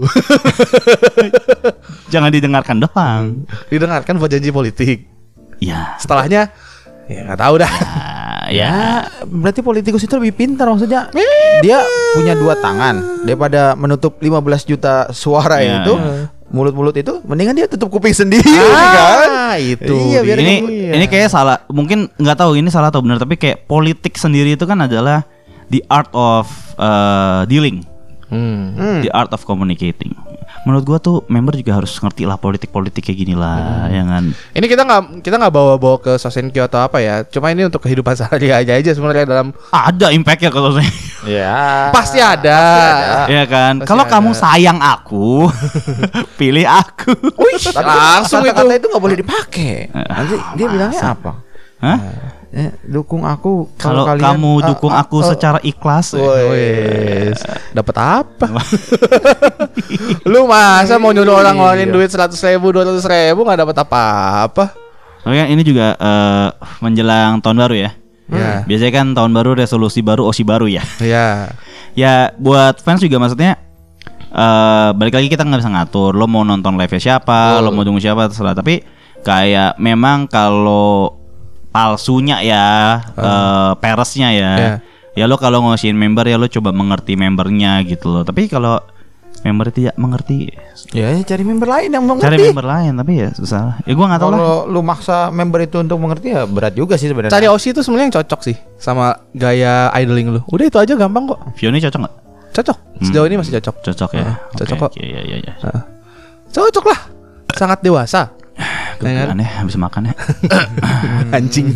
S1: Jangan didengarkan doang.
S2: Didengarkan buat janji politik.
S1: Ya,
S2: Setelahnya, ya nggak tahu dah.
S1: ah, ya.
S3: Ya, berarti politikus itu lebih pintar maksudnya. Dia punya dua tangan daripada menutup lima belas juta suara
S1: Iya,
S3: itu.
S1: iya.
S3: Mulut-mulut itu mendingan dia tutup kuping sendiri kan.
S2: Ah, itu.
S3: Iya, biar
S1: Ini
S2: dia.
S1: ini kayak salah, mungkin nggak tahu ini salah atau benar, tapi kayak politik sendiri itu kan adalah the art of uh, dealing,
S2: Hmm.
S3: Hmm.
S1: the art of communicating. Menurut gua tuh member juga harus ngerti lah politik-politik kayak gini lah, ya kan?
S2: Ini kita nggak kita nggak bawa-bawa ke Sosenkyo atau apa ya. Cuma ini untuk kehidupan sehari-hari aja sebenarnya dalam.
S1: Ada impactnya kalau saya,
S3: Ya.
S2: Pasti ada.
S1: ya kan?
S2: Pasti
S1: Kalau
S2: ada.
S1: kamu sayang aku, pilih aku.
S2: Wih,
S3: Tapi
S2: langsung itu.
S3: kata-kata itu nggak boleh dipakai. Nanti dia bilangnya apa?
S1: Hah?
S3: Eh, dukung aku
S1: Kalau
S3: kalian,
S1: kamu
S3: ah,
S1: dukung
S3: ah,
S1: aku
S3: ah,
S1: secara ikhlas,
S2: Wes, dapat apa? Lu masa mau nyuruh orang ngeluarin duit seratus ribu, dua ratus ribu nggak dapat apa-apa?
S1: oke, ini juga eh, menjelang tahun baru ya.
S2: Ya,
S1: Biasanya kan tahun baru resolusi baru, osi baru ya.
S2: ya,
S1: Ya buat fans juga maksudnya eh balik lagi kita nggak bisa ngatur lo mau nonton live siapa, lo mau tunggu siapa terserah. Tapi kayak memang kalau palsunya ya, eh, peresnya ya,
S2: Ya.
S1: ya lo kalau ngasihin member ya lo coba mengerti membernya gitu loh. Tapi kalau member tidak mengerti,
S3: Ya, cari member lain yang mengerti.
S1: cari member lain. Tapi ya susah. Ya gua nggak tahu lah.
S3: Kalau lu maksa member itu untuk mengerti ya berat juga sih sebenarnya.
S2: cari Osi itu sebenarnya yang cocok sih sama gaya idling lu. Udah itu aja gampang kok.
S1: Fiona cocok nggak?
S2: Cocok. Sejauh ini masih cocok.
S1: Cocok ya.
S2: Ah, cocok
S1: Oke,
S2: kok.
S1: Iya iya iya.
S2: Cocok lah. Sangat dewasa.
S1: Tuh,
S2: Ya kan?
S1: aneh habis makan ya.
S2: Anjing.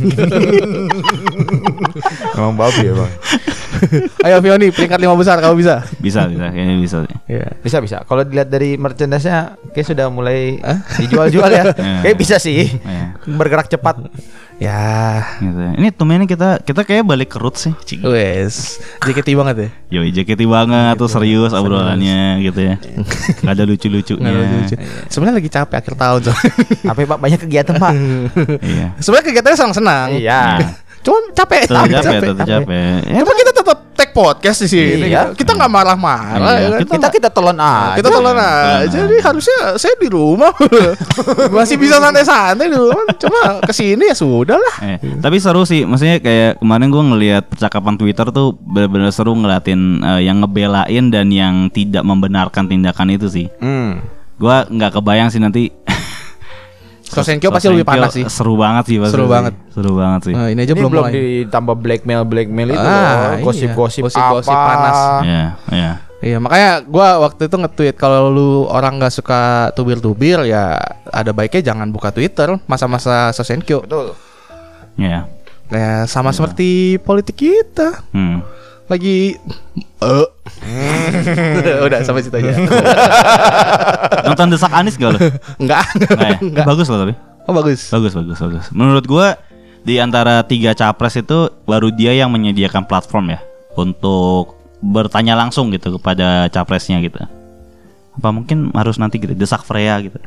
S3: Emang babi ya bang.
S2: Ayo Fioni, peringkat lima besar kamu bisa.
S1: Bisa, bisa, kayaknya bisa.
S2: Iya.
S3: Bisa bisa. Kalau dilihat dari merchandise-nya, kayak sudah mulai
S2: Hah?
S3: dijual-jual ya.
S1: Iya.
S3: Kayak bisa sih.
S1: Iya.
S3: Bergerak cepat.
S2: Ya.
S1: Gitu. Ini tumenya kita kita kayak balik ke roots sih. Cing.
S2: Wes, J K T banget ya.
S1: Yo, J K T banget tuh serius obrolannya gitu ya. Gak ada lucu-lucunya.
S2: Nggak lucu. Sebenarnya lagi capek akhir tahun so.
S3: Apa ya, Pak? Banyak kegiatan Pak.
S1: Iya.
S2: Sebenarnya kegiatannya senang-senang.
S3: Iya.
S2: Cuma capek.
S1: Tetap capek, tetap capek. Ya,
S2: Cuma kita tetap take podcast di sini.
S3: Iya.
S2: Kita nggak marah-marah.
S1: Iya,
S2: ya kan?
S3: Kita kita telan aja.
S2: Kita tolong aja. Jadi harusnya saya di rumah masih bisa santai-santai di rumah. Cuma kesini ya sudah lah.
S1: Eh, tapi seru sih, maksudnya kayak kemarin gue ngelihat percakapan Twitter tuh benar-benar seru ngeliatin eh, yang ngebelain dan yang tidak membenarkan tindakan itu sih.
S3: Hmm.
S1: Gua nggak kebayang sih nanti.
S2: Sosenkyo pasti lebih panas sih.
S1: Seru banget sih pasti
S2: Seru
S1: sih.
S2: banget.
S1: Seru banget sih.
S2: Nah, ini aja
S3: Ini
S2: belum
S3: belum
S2: mulai.
S3: ditambah blackmail blackmail itu
S2: Ah,
S3: loh.
S2: iya.
S3: Gosip-gosip
S2: Gosip-gosip
S3: apa.
S2: panas.
S1: Iya, iya.
S2: Iya, makanya gua waktu itu nge-tweet kalau lu orang nggak suka tubir-tubir ya ada baiknya jangan buka Twitter masa-masa Sosenkyo.
S3: Betul.
S1: Iya.
S2: Kayak sama seperti politik kita.
S1: Hmm.
S2: Lagi eh udah sampai situ aja.
S1: Nonton Desak Anis gak lo?
S2: Enggak.
S1: Nah, ya.
S2: Enggak.
S1: Bagus loh tapi.
S2: Oh bagus.
S1: Bagus, bagus, bagus. Menurut gua di antara tiga capres itu baru dia yang menyediakan platform ya untuk bertanya langsung gitu kepada capresnya gitu. Apa mungkin harus nanti gitu desak Freya gitu.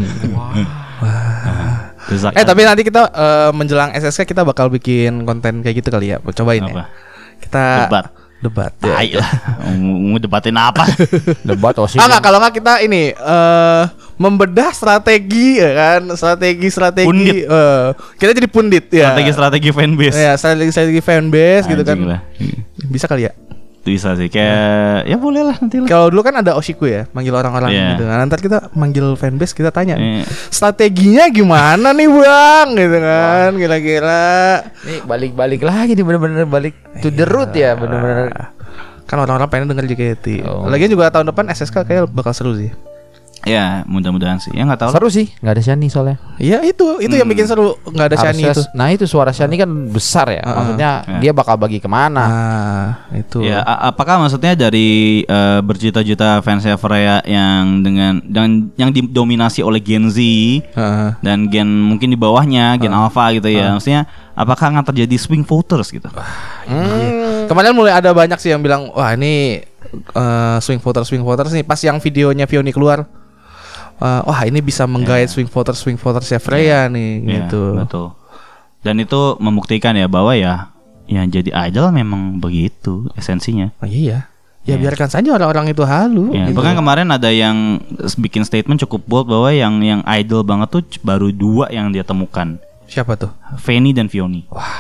S1: Nah, desak.
S2: Eh tapi nanti kita eh, menjelang S S K kita bakal bikin konten kayak gitu kali ya. Cobain
S1: Apa?
S2: ya. Kita
S1: Debat.
S2: Debat.
S1: Tai lah. Mau debatin apa?
S3: Debat osis.
S2: Ah enggak, kalau enggak kita ini eh membedah strategi ya kan, strategi-strategi
S1: Pundit.
S2: eh, kita jadi pundit ya.
S1: Strategi-strategi fanbase.
S2: Ya, strategi-strategi fanbase gitu kan.
S1: Anjing lah.
S2: Bisa kali ya.
S1: Bisa sih kayak ya boleh lah nanti lah.
S2: Kalau dulu kan ada Oshiku ya, manggil orang-orang
S1: Iya.
S2: gitu. Nah, nanti kita manggil fanbase kita tanya.
S1: Iya.
S2: Strateginya gimana nih, Bang? Gitu kan, kira-kira.
S3: Nih balik-balik lagi nih bener-bener balik to the root ya bener-bener.
S2: Kan orang-orang pengen denger J K T.
S3: Oh.
S2: Lagian juga tahun depan S S K kayak bakal seru sih.
S1: Ya mudah-mudahan sih. Ya nggak tahu lah.
S3: Seru sih, nggak ada Shani soalnya.
S2: Iya itu, itu yang bikin seru. Nggak ada Shani
S3: Harusnya-
S2: itu.
S3: Nah itu suara Shani kan besar ya.
S2: Uh-uh.
S3: Maksudnya
S1: Ya.
S3: dia bakal bagi kemana?
S2: Nah, itu.
S1: Ya, a- apakah maksudnya dari eh, berjuta-juta fansnya Freya yang dengan dan yang didominasi oleh Gen Z
S2: Heeh.
S1: dan gen mungkin di bawahnya gen Alpha gitu ya. Maksudnya apakah akan terjadi swing voters gitu?
S3: Hmm.
S2: Kemarin mulai ada banyak sih yang bilang, wah ini eh, swing voters, swing voters nih. Pas yang videonya Fioni keluar, eh, wah ini bisa menggait swing voters, swing voters ya Freya nih,
S1: Ya,
S2: gitu.
S1: betul. Dan itu membuktikan ya bahwa ya yang jadi idol memang begitu esensinya.
S2: Oh, iya. Ya
S1: Ya.
S2: biarkan saja orang-orang itu halu.
S1: Ya,
S2: gitu.
S1: bahkan kemarin ada yang bikin statement cukup bold bahwa yang yang idol banget tuh c- baru dua yang dia temukan,
S2: Siapa tuh?
S1: Fanny dan Fioni.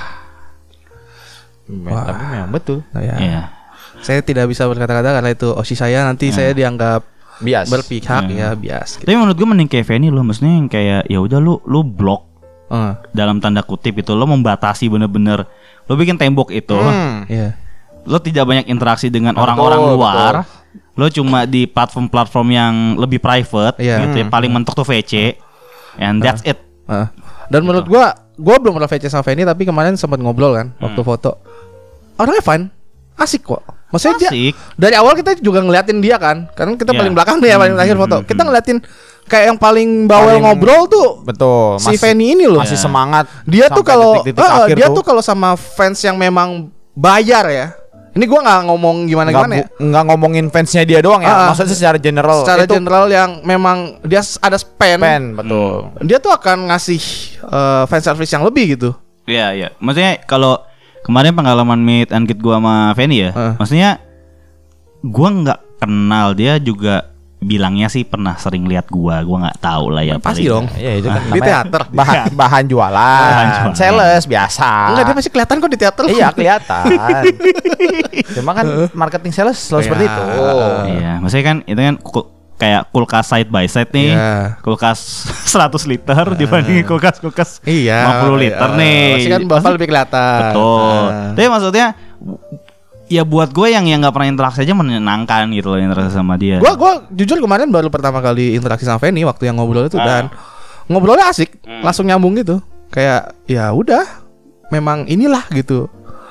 S3: Wah. Tapi memang betul.
S2: Nah, ya.
S1: Iya.
S2: Saya tidak bisa berkata-kata karena itu osi saya, nanti saya dianggap
S3: Bias.
S2: berpihak
S1: Ya.
S2: ya bias. Gitu.
S1: Tapi menurut gue mending kayak Fanny loh, maksudnya yang kayak ya udah lu lu blok
S2: Eh,
S1: dalam tanda kutip itu, lo membatasi bener-bener, lo bikin tembok itu,
S3: Hmm.
S2: iya.
S1: lo tidak banyak interaksi dengan
S3: Betul,
S1: orang-orang luar, lo cuma di platform-platform yang lebih private,
S2: Iya.
S1: gitu ya. Paling mentok tuh V C, and that's it.
S2: Eh. Dan menurut gua, gua belum pernah V C sama Fanny tapi kemarin sempat ngobrol kan waktu foto. Orangnya fun, asik kok. Maksudnya dia
S1: Asik.
S2: dari awal kita juga ngeliatin dia kan, karena kita
S1: Iya.
S2: paling belakang nih ya paling terakhir foto. Kita ngeliatin kayak yang paling bawel
S3: Paling-
S2: ngobrol tuh
S3: Betul.
S2: si Fanny ini loh.
S3: Masih semangat.
S2: Dia tuh
S3: sampai
S2: kalau
S3: detik-detik
S2: eh,
S3: akhir
S2: dia
S3: tuh.
S2: tuh kalau sama fans yang memang bayar ya. Ini gua nggak ngomong gimana
S3: nggak
S2: gimana ya.
S3: bu- nggak ngomongin fansnya dia doang ya.
S2: Ah, ah.
S3: Maksudnya secara general.
S2: Secara
S3: itu
S2: general yang memang dia s- ada spend,
S3: fan betul.
S2: dia tuh akan ngasih eh, fan service yang lebih gitu.
S1: Iya, iya. Maksudnya kalau kemarin pengalaman meet and greet gua sama Fanny ya,
S2: Eh.
S1: maksudnya gua nggak kenal dia juga. Bilangnya sih pernah sering lihat gua, gua nggak tahu lah ya.
S2: Pasti
S1: paling.
S2: dong.
S3: Iya itu kan
S2: Di
S3: namanya
S2: teater.
S3: bahan bahan jualan,
S1: Bahan jualan.
S3: sales biasa.
S2: Enggak, dia masih kelihatan kok di teater.
S3: Iya kelihatan. Cuma kan marketing sales selalu
S2: Iya.
S3: seperti itu.
S1: Iya, maksudnya kan itu kan ku- kayak kulkas side by side nih.
S2: Iya.
S1: Kulkas seratus liter dibandingin kulkas-kulkas
S2: Iya.
S1: lima puluh liter
S2: iya.
S1: nih.
S2: Pasti kan bapak lebih kelihatan.
S1: Betul.
S2: Nah.
S1: Tapi maksudnya ya buat gue yang yang nggak pernah interaksi aja menyenangkan gitu loh interaksi sama dia.
S2: Gua gua jujur kemarin baru pertama kali interaksi sama Fanny waktu yang ngobrol itu
S1: Ah.
S2: dan ngobrolnya asik,
S1: Hmm.
S2: langsung nyambung gitu. Kayak ya udah, memang inilah gitu.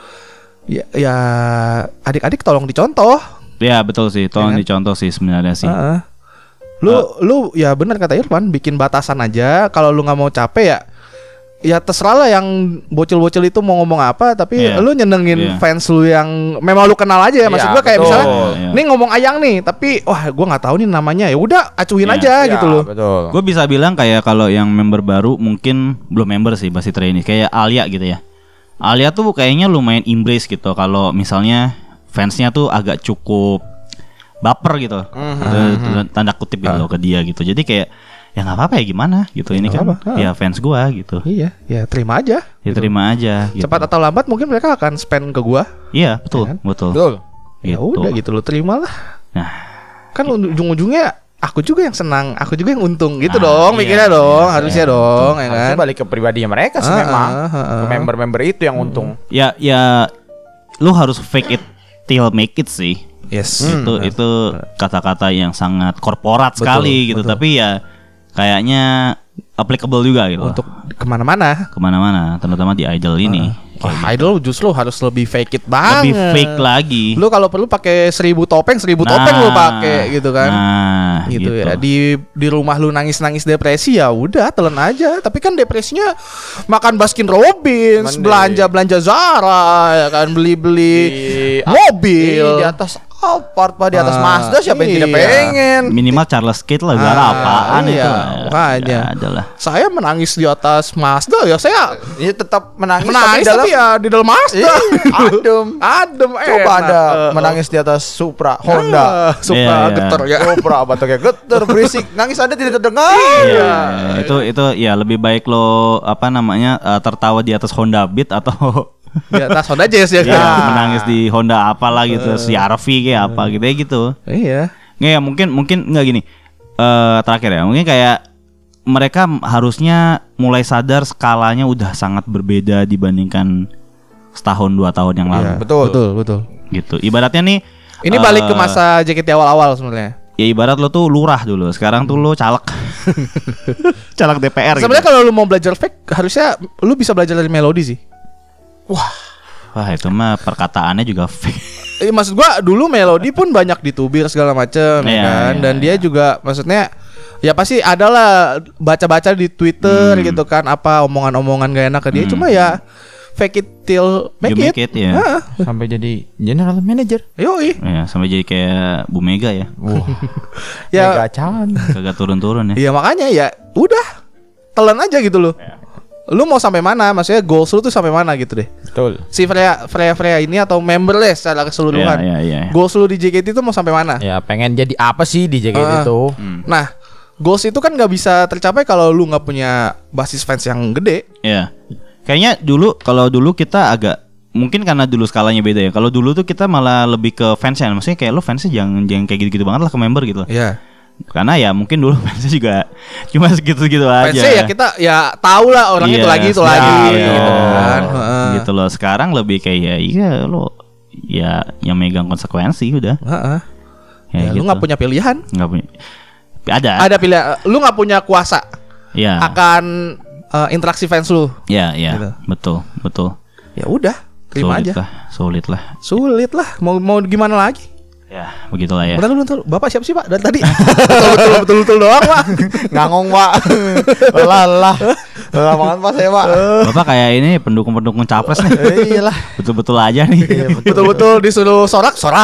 S2: Ya, ya adik-adik tolong dicontoh.
S1: Ya betul sih, tolong
S2: Ya kan?
S1: dicontoh sih sebenarnya sih.
S2: Heeh. Lu lu ya benar kata Irfan, bikin batasan aja. Kalau lu nggak mau capek ya ya terserah lah yang bocil-bocil itu mau ngomong apa, tapi
S1: Iya.
S2: lu nyenengin
S1: Iya.
S2: fans lu yang memang lu kenal aja ya. Maksud
S3: Iya,
S2: gua kayak
S3: betul.
S2: misalnya
S1: Iya.
S2: nih ngomong Ayang nih, tapi wah gua nggak tahu nih namanya. Ya udah acuhin
S1: Iya.
S2: aja
S3: Ya,
S2: gitu loh.
S3: betul.
S1: Gue bisa bilang kayak kalau yang member baru mungkin belum member sih pasti trainee kayak Alia gitu ya. Alia tuh kayaknya lumayan embrace gitu kalau misalnya fansnya tuh agak cukup baper gitu. T- Tanda kutip gitu loh ke dia gitu. Jadi kayak ya nggak apa-apa ya gimana gitu. Ini
S2: nggak
S1: kan
S2: apa-apa.
S1: ya fans gua gitu.
S2: Iya, ya terima aja.
S1: Ya terima aja gitu.
S2: Cepat atau lambat mungkin mereka akan spend ke gua.
S1: Iya, betul,
S2: Ya kan?
S1: betul.
S3: Betul.
S2: Ya
S1: Gitu.
S2: udah gitu loh, terimalah.
S1: Nah,
S2: Kan ujung-ujungnya aku juga yang senang, aku juga yang untung gitu
S1: Ah,
S2: dong,
S1: iya,
S2: mikirnya dong,
S1: iya,
S2: harusnya
S1: iya,
S2: dong, ya
S3: Harusnya
S2: kan.
S3: balik ke pribadinya mereka sih
S2: Ah,
S3: memang.
S2: ah, ah,
S3: Ke
S2: ah.
S3: member-member itu yang untung.
S1: ya ya lu harus fake it till make it sih.
S2: Yes.
S1: itu itu kata-kata yang sangat korporat
S2: Betul,
S1: sekali gitu.
S2: betul.
S1: Tapi ya kayaknya applicable juga gitu
S2: Untuk kemana-mana.
S1: kemana-mana, terutama di idol ini.
S2: Wah, idol justru harus lebih fake it banget.
S1: Lebih fake lagi.
S2: Lu kalau perlu pakai seribu topeng, seribu topeng lu pakai gitu kan.
S1: Nah,
S2: gitu, ya. Di di rumah lu nangis-nangis depresi ya udah telan aja. Tapi kan depresinya makan Baskin Robbins,
S3: Mandi.
S2: belanja-belanja Zara, ya kan beli-beli
S3: Di-
S2: mobil.
S3: Ih, di atas Alphard pak, di atas
S2: Ah,
S3: Mazda siapa yang tidak
S2: iya.
S3: pengen?
S1: Minimal Charles Kate lah, Zara
S2: Ah,
S1: apaan
S2: iya,
S1: itu?
S2: makanya.
S1: Ya, adalah.
S2: Saya menangis di atas Mazda ya saya
S3: Dia tetap menangis,
S2: menangis
S3: tapi,
S2: tapi,
S3: dalam
S2: ya di dalam Mazda.
S3: Ih, adem.
S2: Adem
S3: Coba
S2: enak.
S3: ada
S2: Eh,
S3: menangis di atas Supra Honda.
S2: ah, Supra
S1: Iya, iya.
S2: getar ya.
S3: Supra apa tuh kayak geter berisik, nangis Anda tidak terdengar.
S1: Iya, itu itu ya lebih baik lo apa namanya eh, tertawa di atas Honda Beat atau
S2: Di atas Honda Jazz ya
S1: ya,
S2: kan.
S1: menangis di Honda apalah gitu, si R V kayak apa gitu ya gitu.
S2: Iya.
S1: Nggak ya mungkin mungkin nggak gini. Eh terakhir ya, mungkin kayak mereka harusnya mulai sadar skalanya udah sangat berbeda dibandingkan setahun dua tahun yang lalu.
S2: Iya,
S3: betul.
S2: betul, betul.
S1: Gitu. Ibaratnya nih
S2: Ini balik ke
S1: eh,
S2: masa J K T awal-awal sebenarnya.
S1: ya ibarat lo tuh lurah dulu, sekarang tuh lo caleg. Caleg D P R gitu.
S2: Sebenarnya kalau lu mau belajar fake harusnya lu bisa belajar dari melodi sih.
S1: Wah, itu mah perkataannya juga fake.
S2: Eh, maksud gua dulu melodi pun banyak ditubir segala macam ya
S1: Iya,
S2: kan.
S1: iya,
S2: Dan dia juga maksudnya ya pasti adalah baca-baca di Twitter
S1: Hmm.
S2: gitu kan apa omongan-omongan gak enak ke dia. Cuma ya fake it till make,
S1: You make
S2: it.
S1: it, ya.
S2: Ah,
S3: Sampai jadi general manager.
S2: yoi.
S1: Ya, sampai jadi kayak Bu Mega ya.
S3: Wah,
S2: Ya,
S3: mega can.
S1: Kagak turun-turun ya.
S2: iya makanya ya udah telan aja gitu loh. Lu mau sampai mana? Maksudnya goals lu tuh sampai mana gitu deh.
S3: Betul.
S2: Si Freya Freya Freya ini atau memberless secara keseluruhan.
S1: Iya, iya, iya.
S2: Goals lu di J K T itu mau sampai mana?
S3: Ya pengen jadi apa sih di J K T
S2: Ah.
S3: itu?
S2: Nah, goals itu kan nggak bisa tercapai kalau lu nggak punya basis fans yang gede.
S1: Iya. Kayaknya dulu kalau dulu kita agak mungkin karena dulu skalanya beda ya. Kalau dulu tuh kita malah lebih ke fansnya. Maksudnya kayak lo fansnya jangan jangan kayak gitu-gitu banget lah ke member gitu.
S2: Iya.
S1: Karena ya mungkin dulu fansnya juga cuma segitu-gitu aja.
S2: Fansnya ya kita ya tahu lah orang
S1: Iya,
S2: itu lagi itu
S1: iya,
S2: lagi
S1: iya.
S2: gitu kan. Heeh.
S1: Gitu loh. Sekarang lebih kayak ya iya lo ya yang megang konsekuensi udah.
S2: Heeh.
S1: Ya,
S2: Ya, lu
S1: gitu.
S2: nggak punya pilihan.
S1: Nggak punya. Ada.
S2: Ada pilihan. Lu nggak punya kuasa
S1: Ya.
S2: akan eh, interaksi fans lu.
S1: Ya, ya.
S2: Gitu.
S1: Betul, betul.
S2: Ya udah, terima
S1: Sulit
S2: aja.
S1: lah, sulit lah.
S2: Sulit lah. Mau mau gimana lagi?
S1: Ya, begitulah ya.
S2: Bentar dulu, bentar dulu. Bapak siapa sih Pak dari tadi? betul betul betul betul doang Pak.
S3: Ngangong pak. Lelah lelah. Lelah banget pak saya pak.
S1: Bapak kayak ini pendukung-pendukung capres nih.
S3: Eh, Iyalah.
S1: Betul-betul aja nih.
S2: betul betul disuruh sorak sorak.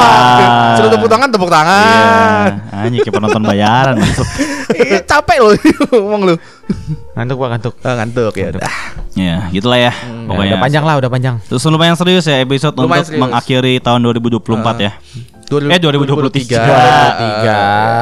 S1: Ah.
S2: Suruh tepuk tangan tepuk tangan.
S1: Iya, anjir kayak penonton bayaran masuk.
S2: Iya capek loh ngomong lu.
S3: Ngantuk pak ngantuk.
S2: Ah, ngantuk ya. udah.
S1: Ya, gitulah ya.
S3: Ya,
S1: Pokoknya.
S3: udah panjang lah udah panjang.
S1: Terus lumayan serius ya episode
S2: Lumayan
S1: untuk
S2: serius.
S1: mengakhiri tahun dua ribu dua puluh empat ya. Eh, dua ribu dua puluh tiga.
S3: Tiga.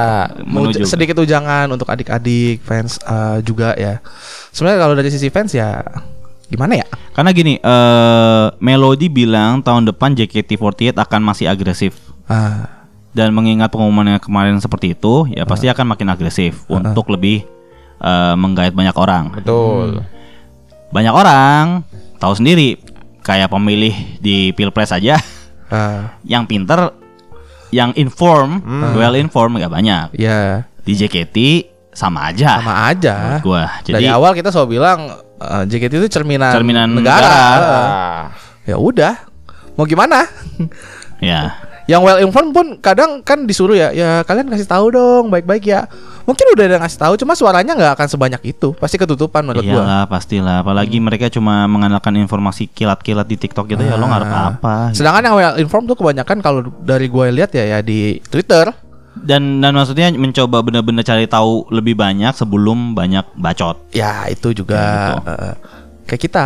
S2: Mau
S1: Menuju.
S2: sedikit ujangan untuk adik-adik fans eh, juga ya. Sebenarnya kalau dari sisi fans ya gimana ya?
S1: Karena gini, eh Melody bilang tahun depan J K T empat delapan akan masih agresif.
S2: Ah,
S1: Dan mengingat pengumuman yang kemarin seperti itu, ya pasti akan makin agresif untuk lebih eh, menggait banyak orang.
S3: Betul.
S1: Banyak orang tahu sendiri, kayak pemilih di Pilpres aja
S2: ah,
S1: yang pinter, yang inform, well informed nggak banyak.
S2: ya.
S1: Di J K T sama aja.
S2: Sama aja.
S1: Menurut gua.
S2: Dari
S1: Jadi
S2: awal kita selalu bilang uh, J K T itu cerminan,
S1: Cerminan
S2: negara.
S1: negara.
S2: Uh, ya udah, mau gimana?
S1: ya.
S2: Yang well informed pun kadang kan disuruh ya, ya kalian kasih tahu dong baik-baik ya. Mungkin udah ada ngasih tahu, cuma suaranya nggak akan sebanyak itu, pasti ketutupan menurut gua.
S1: Iyalah pastilah, apalagi mereka cuma mengandalkan informasi kilat-kilat di TikTok gitu ya, lo ngarep apa? gitu.
S2: Sedangkan yang well informed tuh kebanyakan kalau dari gue lihat ya ya di Twitter.
S1: Dan dan maksudnya mencoba benar-benar cari tahu lebih banyak sebelum banyak bacot.
S2: Ya itu juga
S1: Kayak gitu.
S2: uh, kayak kita.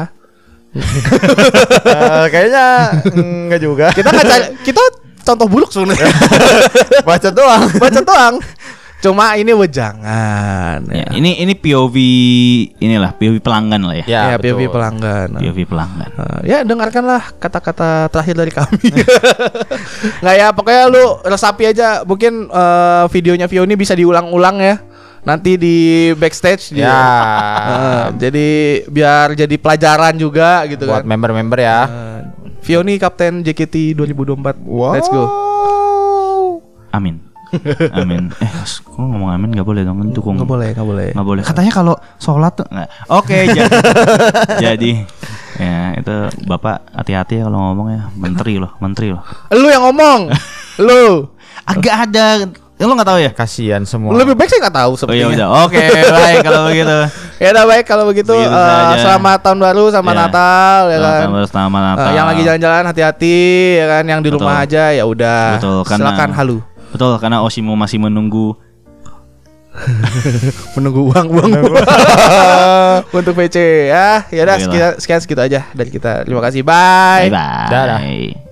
S3: Eh, kayaknya enggak juga.
S2: Kita nggak cari, kita contoh buluk sebenarnya.
S3: Baca doang.
S2: Baca doang. Cuma ini wejangan.
S1: Ya,
S2: Ya,
S1: ini ini P O V inilah P O V pelanggan lah ya.
S3: Ya,
S2: ya P O V
S3: betul.
S2: pelanggan.
S1: P O V pelanggan.
S2: Uh, ya dengarkanlah kata-kata terakhir dari kami. Nggak ya pokoknya lu resapi aja. Mungkin uh, videonya Vio ini bisa diulang-ulang ya. Nanti di backstage dia.
S3: Ya.
S2: Uh, jadi biar jadi pelajaran juga gitu
S3: Buat
S2: kan.
S3: member-member ya.
S2: Uh, Vio nih kapten J K T dua ribu dua puluh empat.
S3: Wow.
S2: Let's go.
S1: Amin. Amin. Eh, kok ngomong amin nggak boleh dong, dukung.
S2: Nggak boleh, nggak boleh.
S1: Nggak boleh. Katanya kalau sholat tuh nggak. Oke, jadi, jadi ya itu bapak hati-hati ya kalau ngomong ya. Menteri loh, menteri loh.
S2: Lu yang ngomong. Lu.
S1: Agak ada. Lo nggak tahu ya?
S3: Kasihan semua.
S2: Lebih baik saya nggak tahu
S1: Oh ya
S2: sepertinya.
S1: udah. Oke, baik kalau begitu.
S2: Ya udah baik kalau begitu.
S1: Begitu
S2: uh,
S1: saja.
S2: selamat tahun baru, selamat
S1: Ya.
S2: Natal ya
S1: Selamat
S2: kan.
S1: tahun baru, selamat Natal.
S2: Uh, yang lagi jalan-jalan hati-hati ya kan. Yang di
S1: Betul.
S2: rumah aja ya udah.
S1: Betul, karena-
S2: Silakan halu.
S1: Betul, karena Osimo masih menunggu
S2: Menunggu uang uang untuk V C ya. Ya udah
S1: Oke lah.
S2: sekian, sekian segitu aja dari kita. Terima kasih. Bye.
S1: bye bye.
S3: Dadah.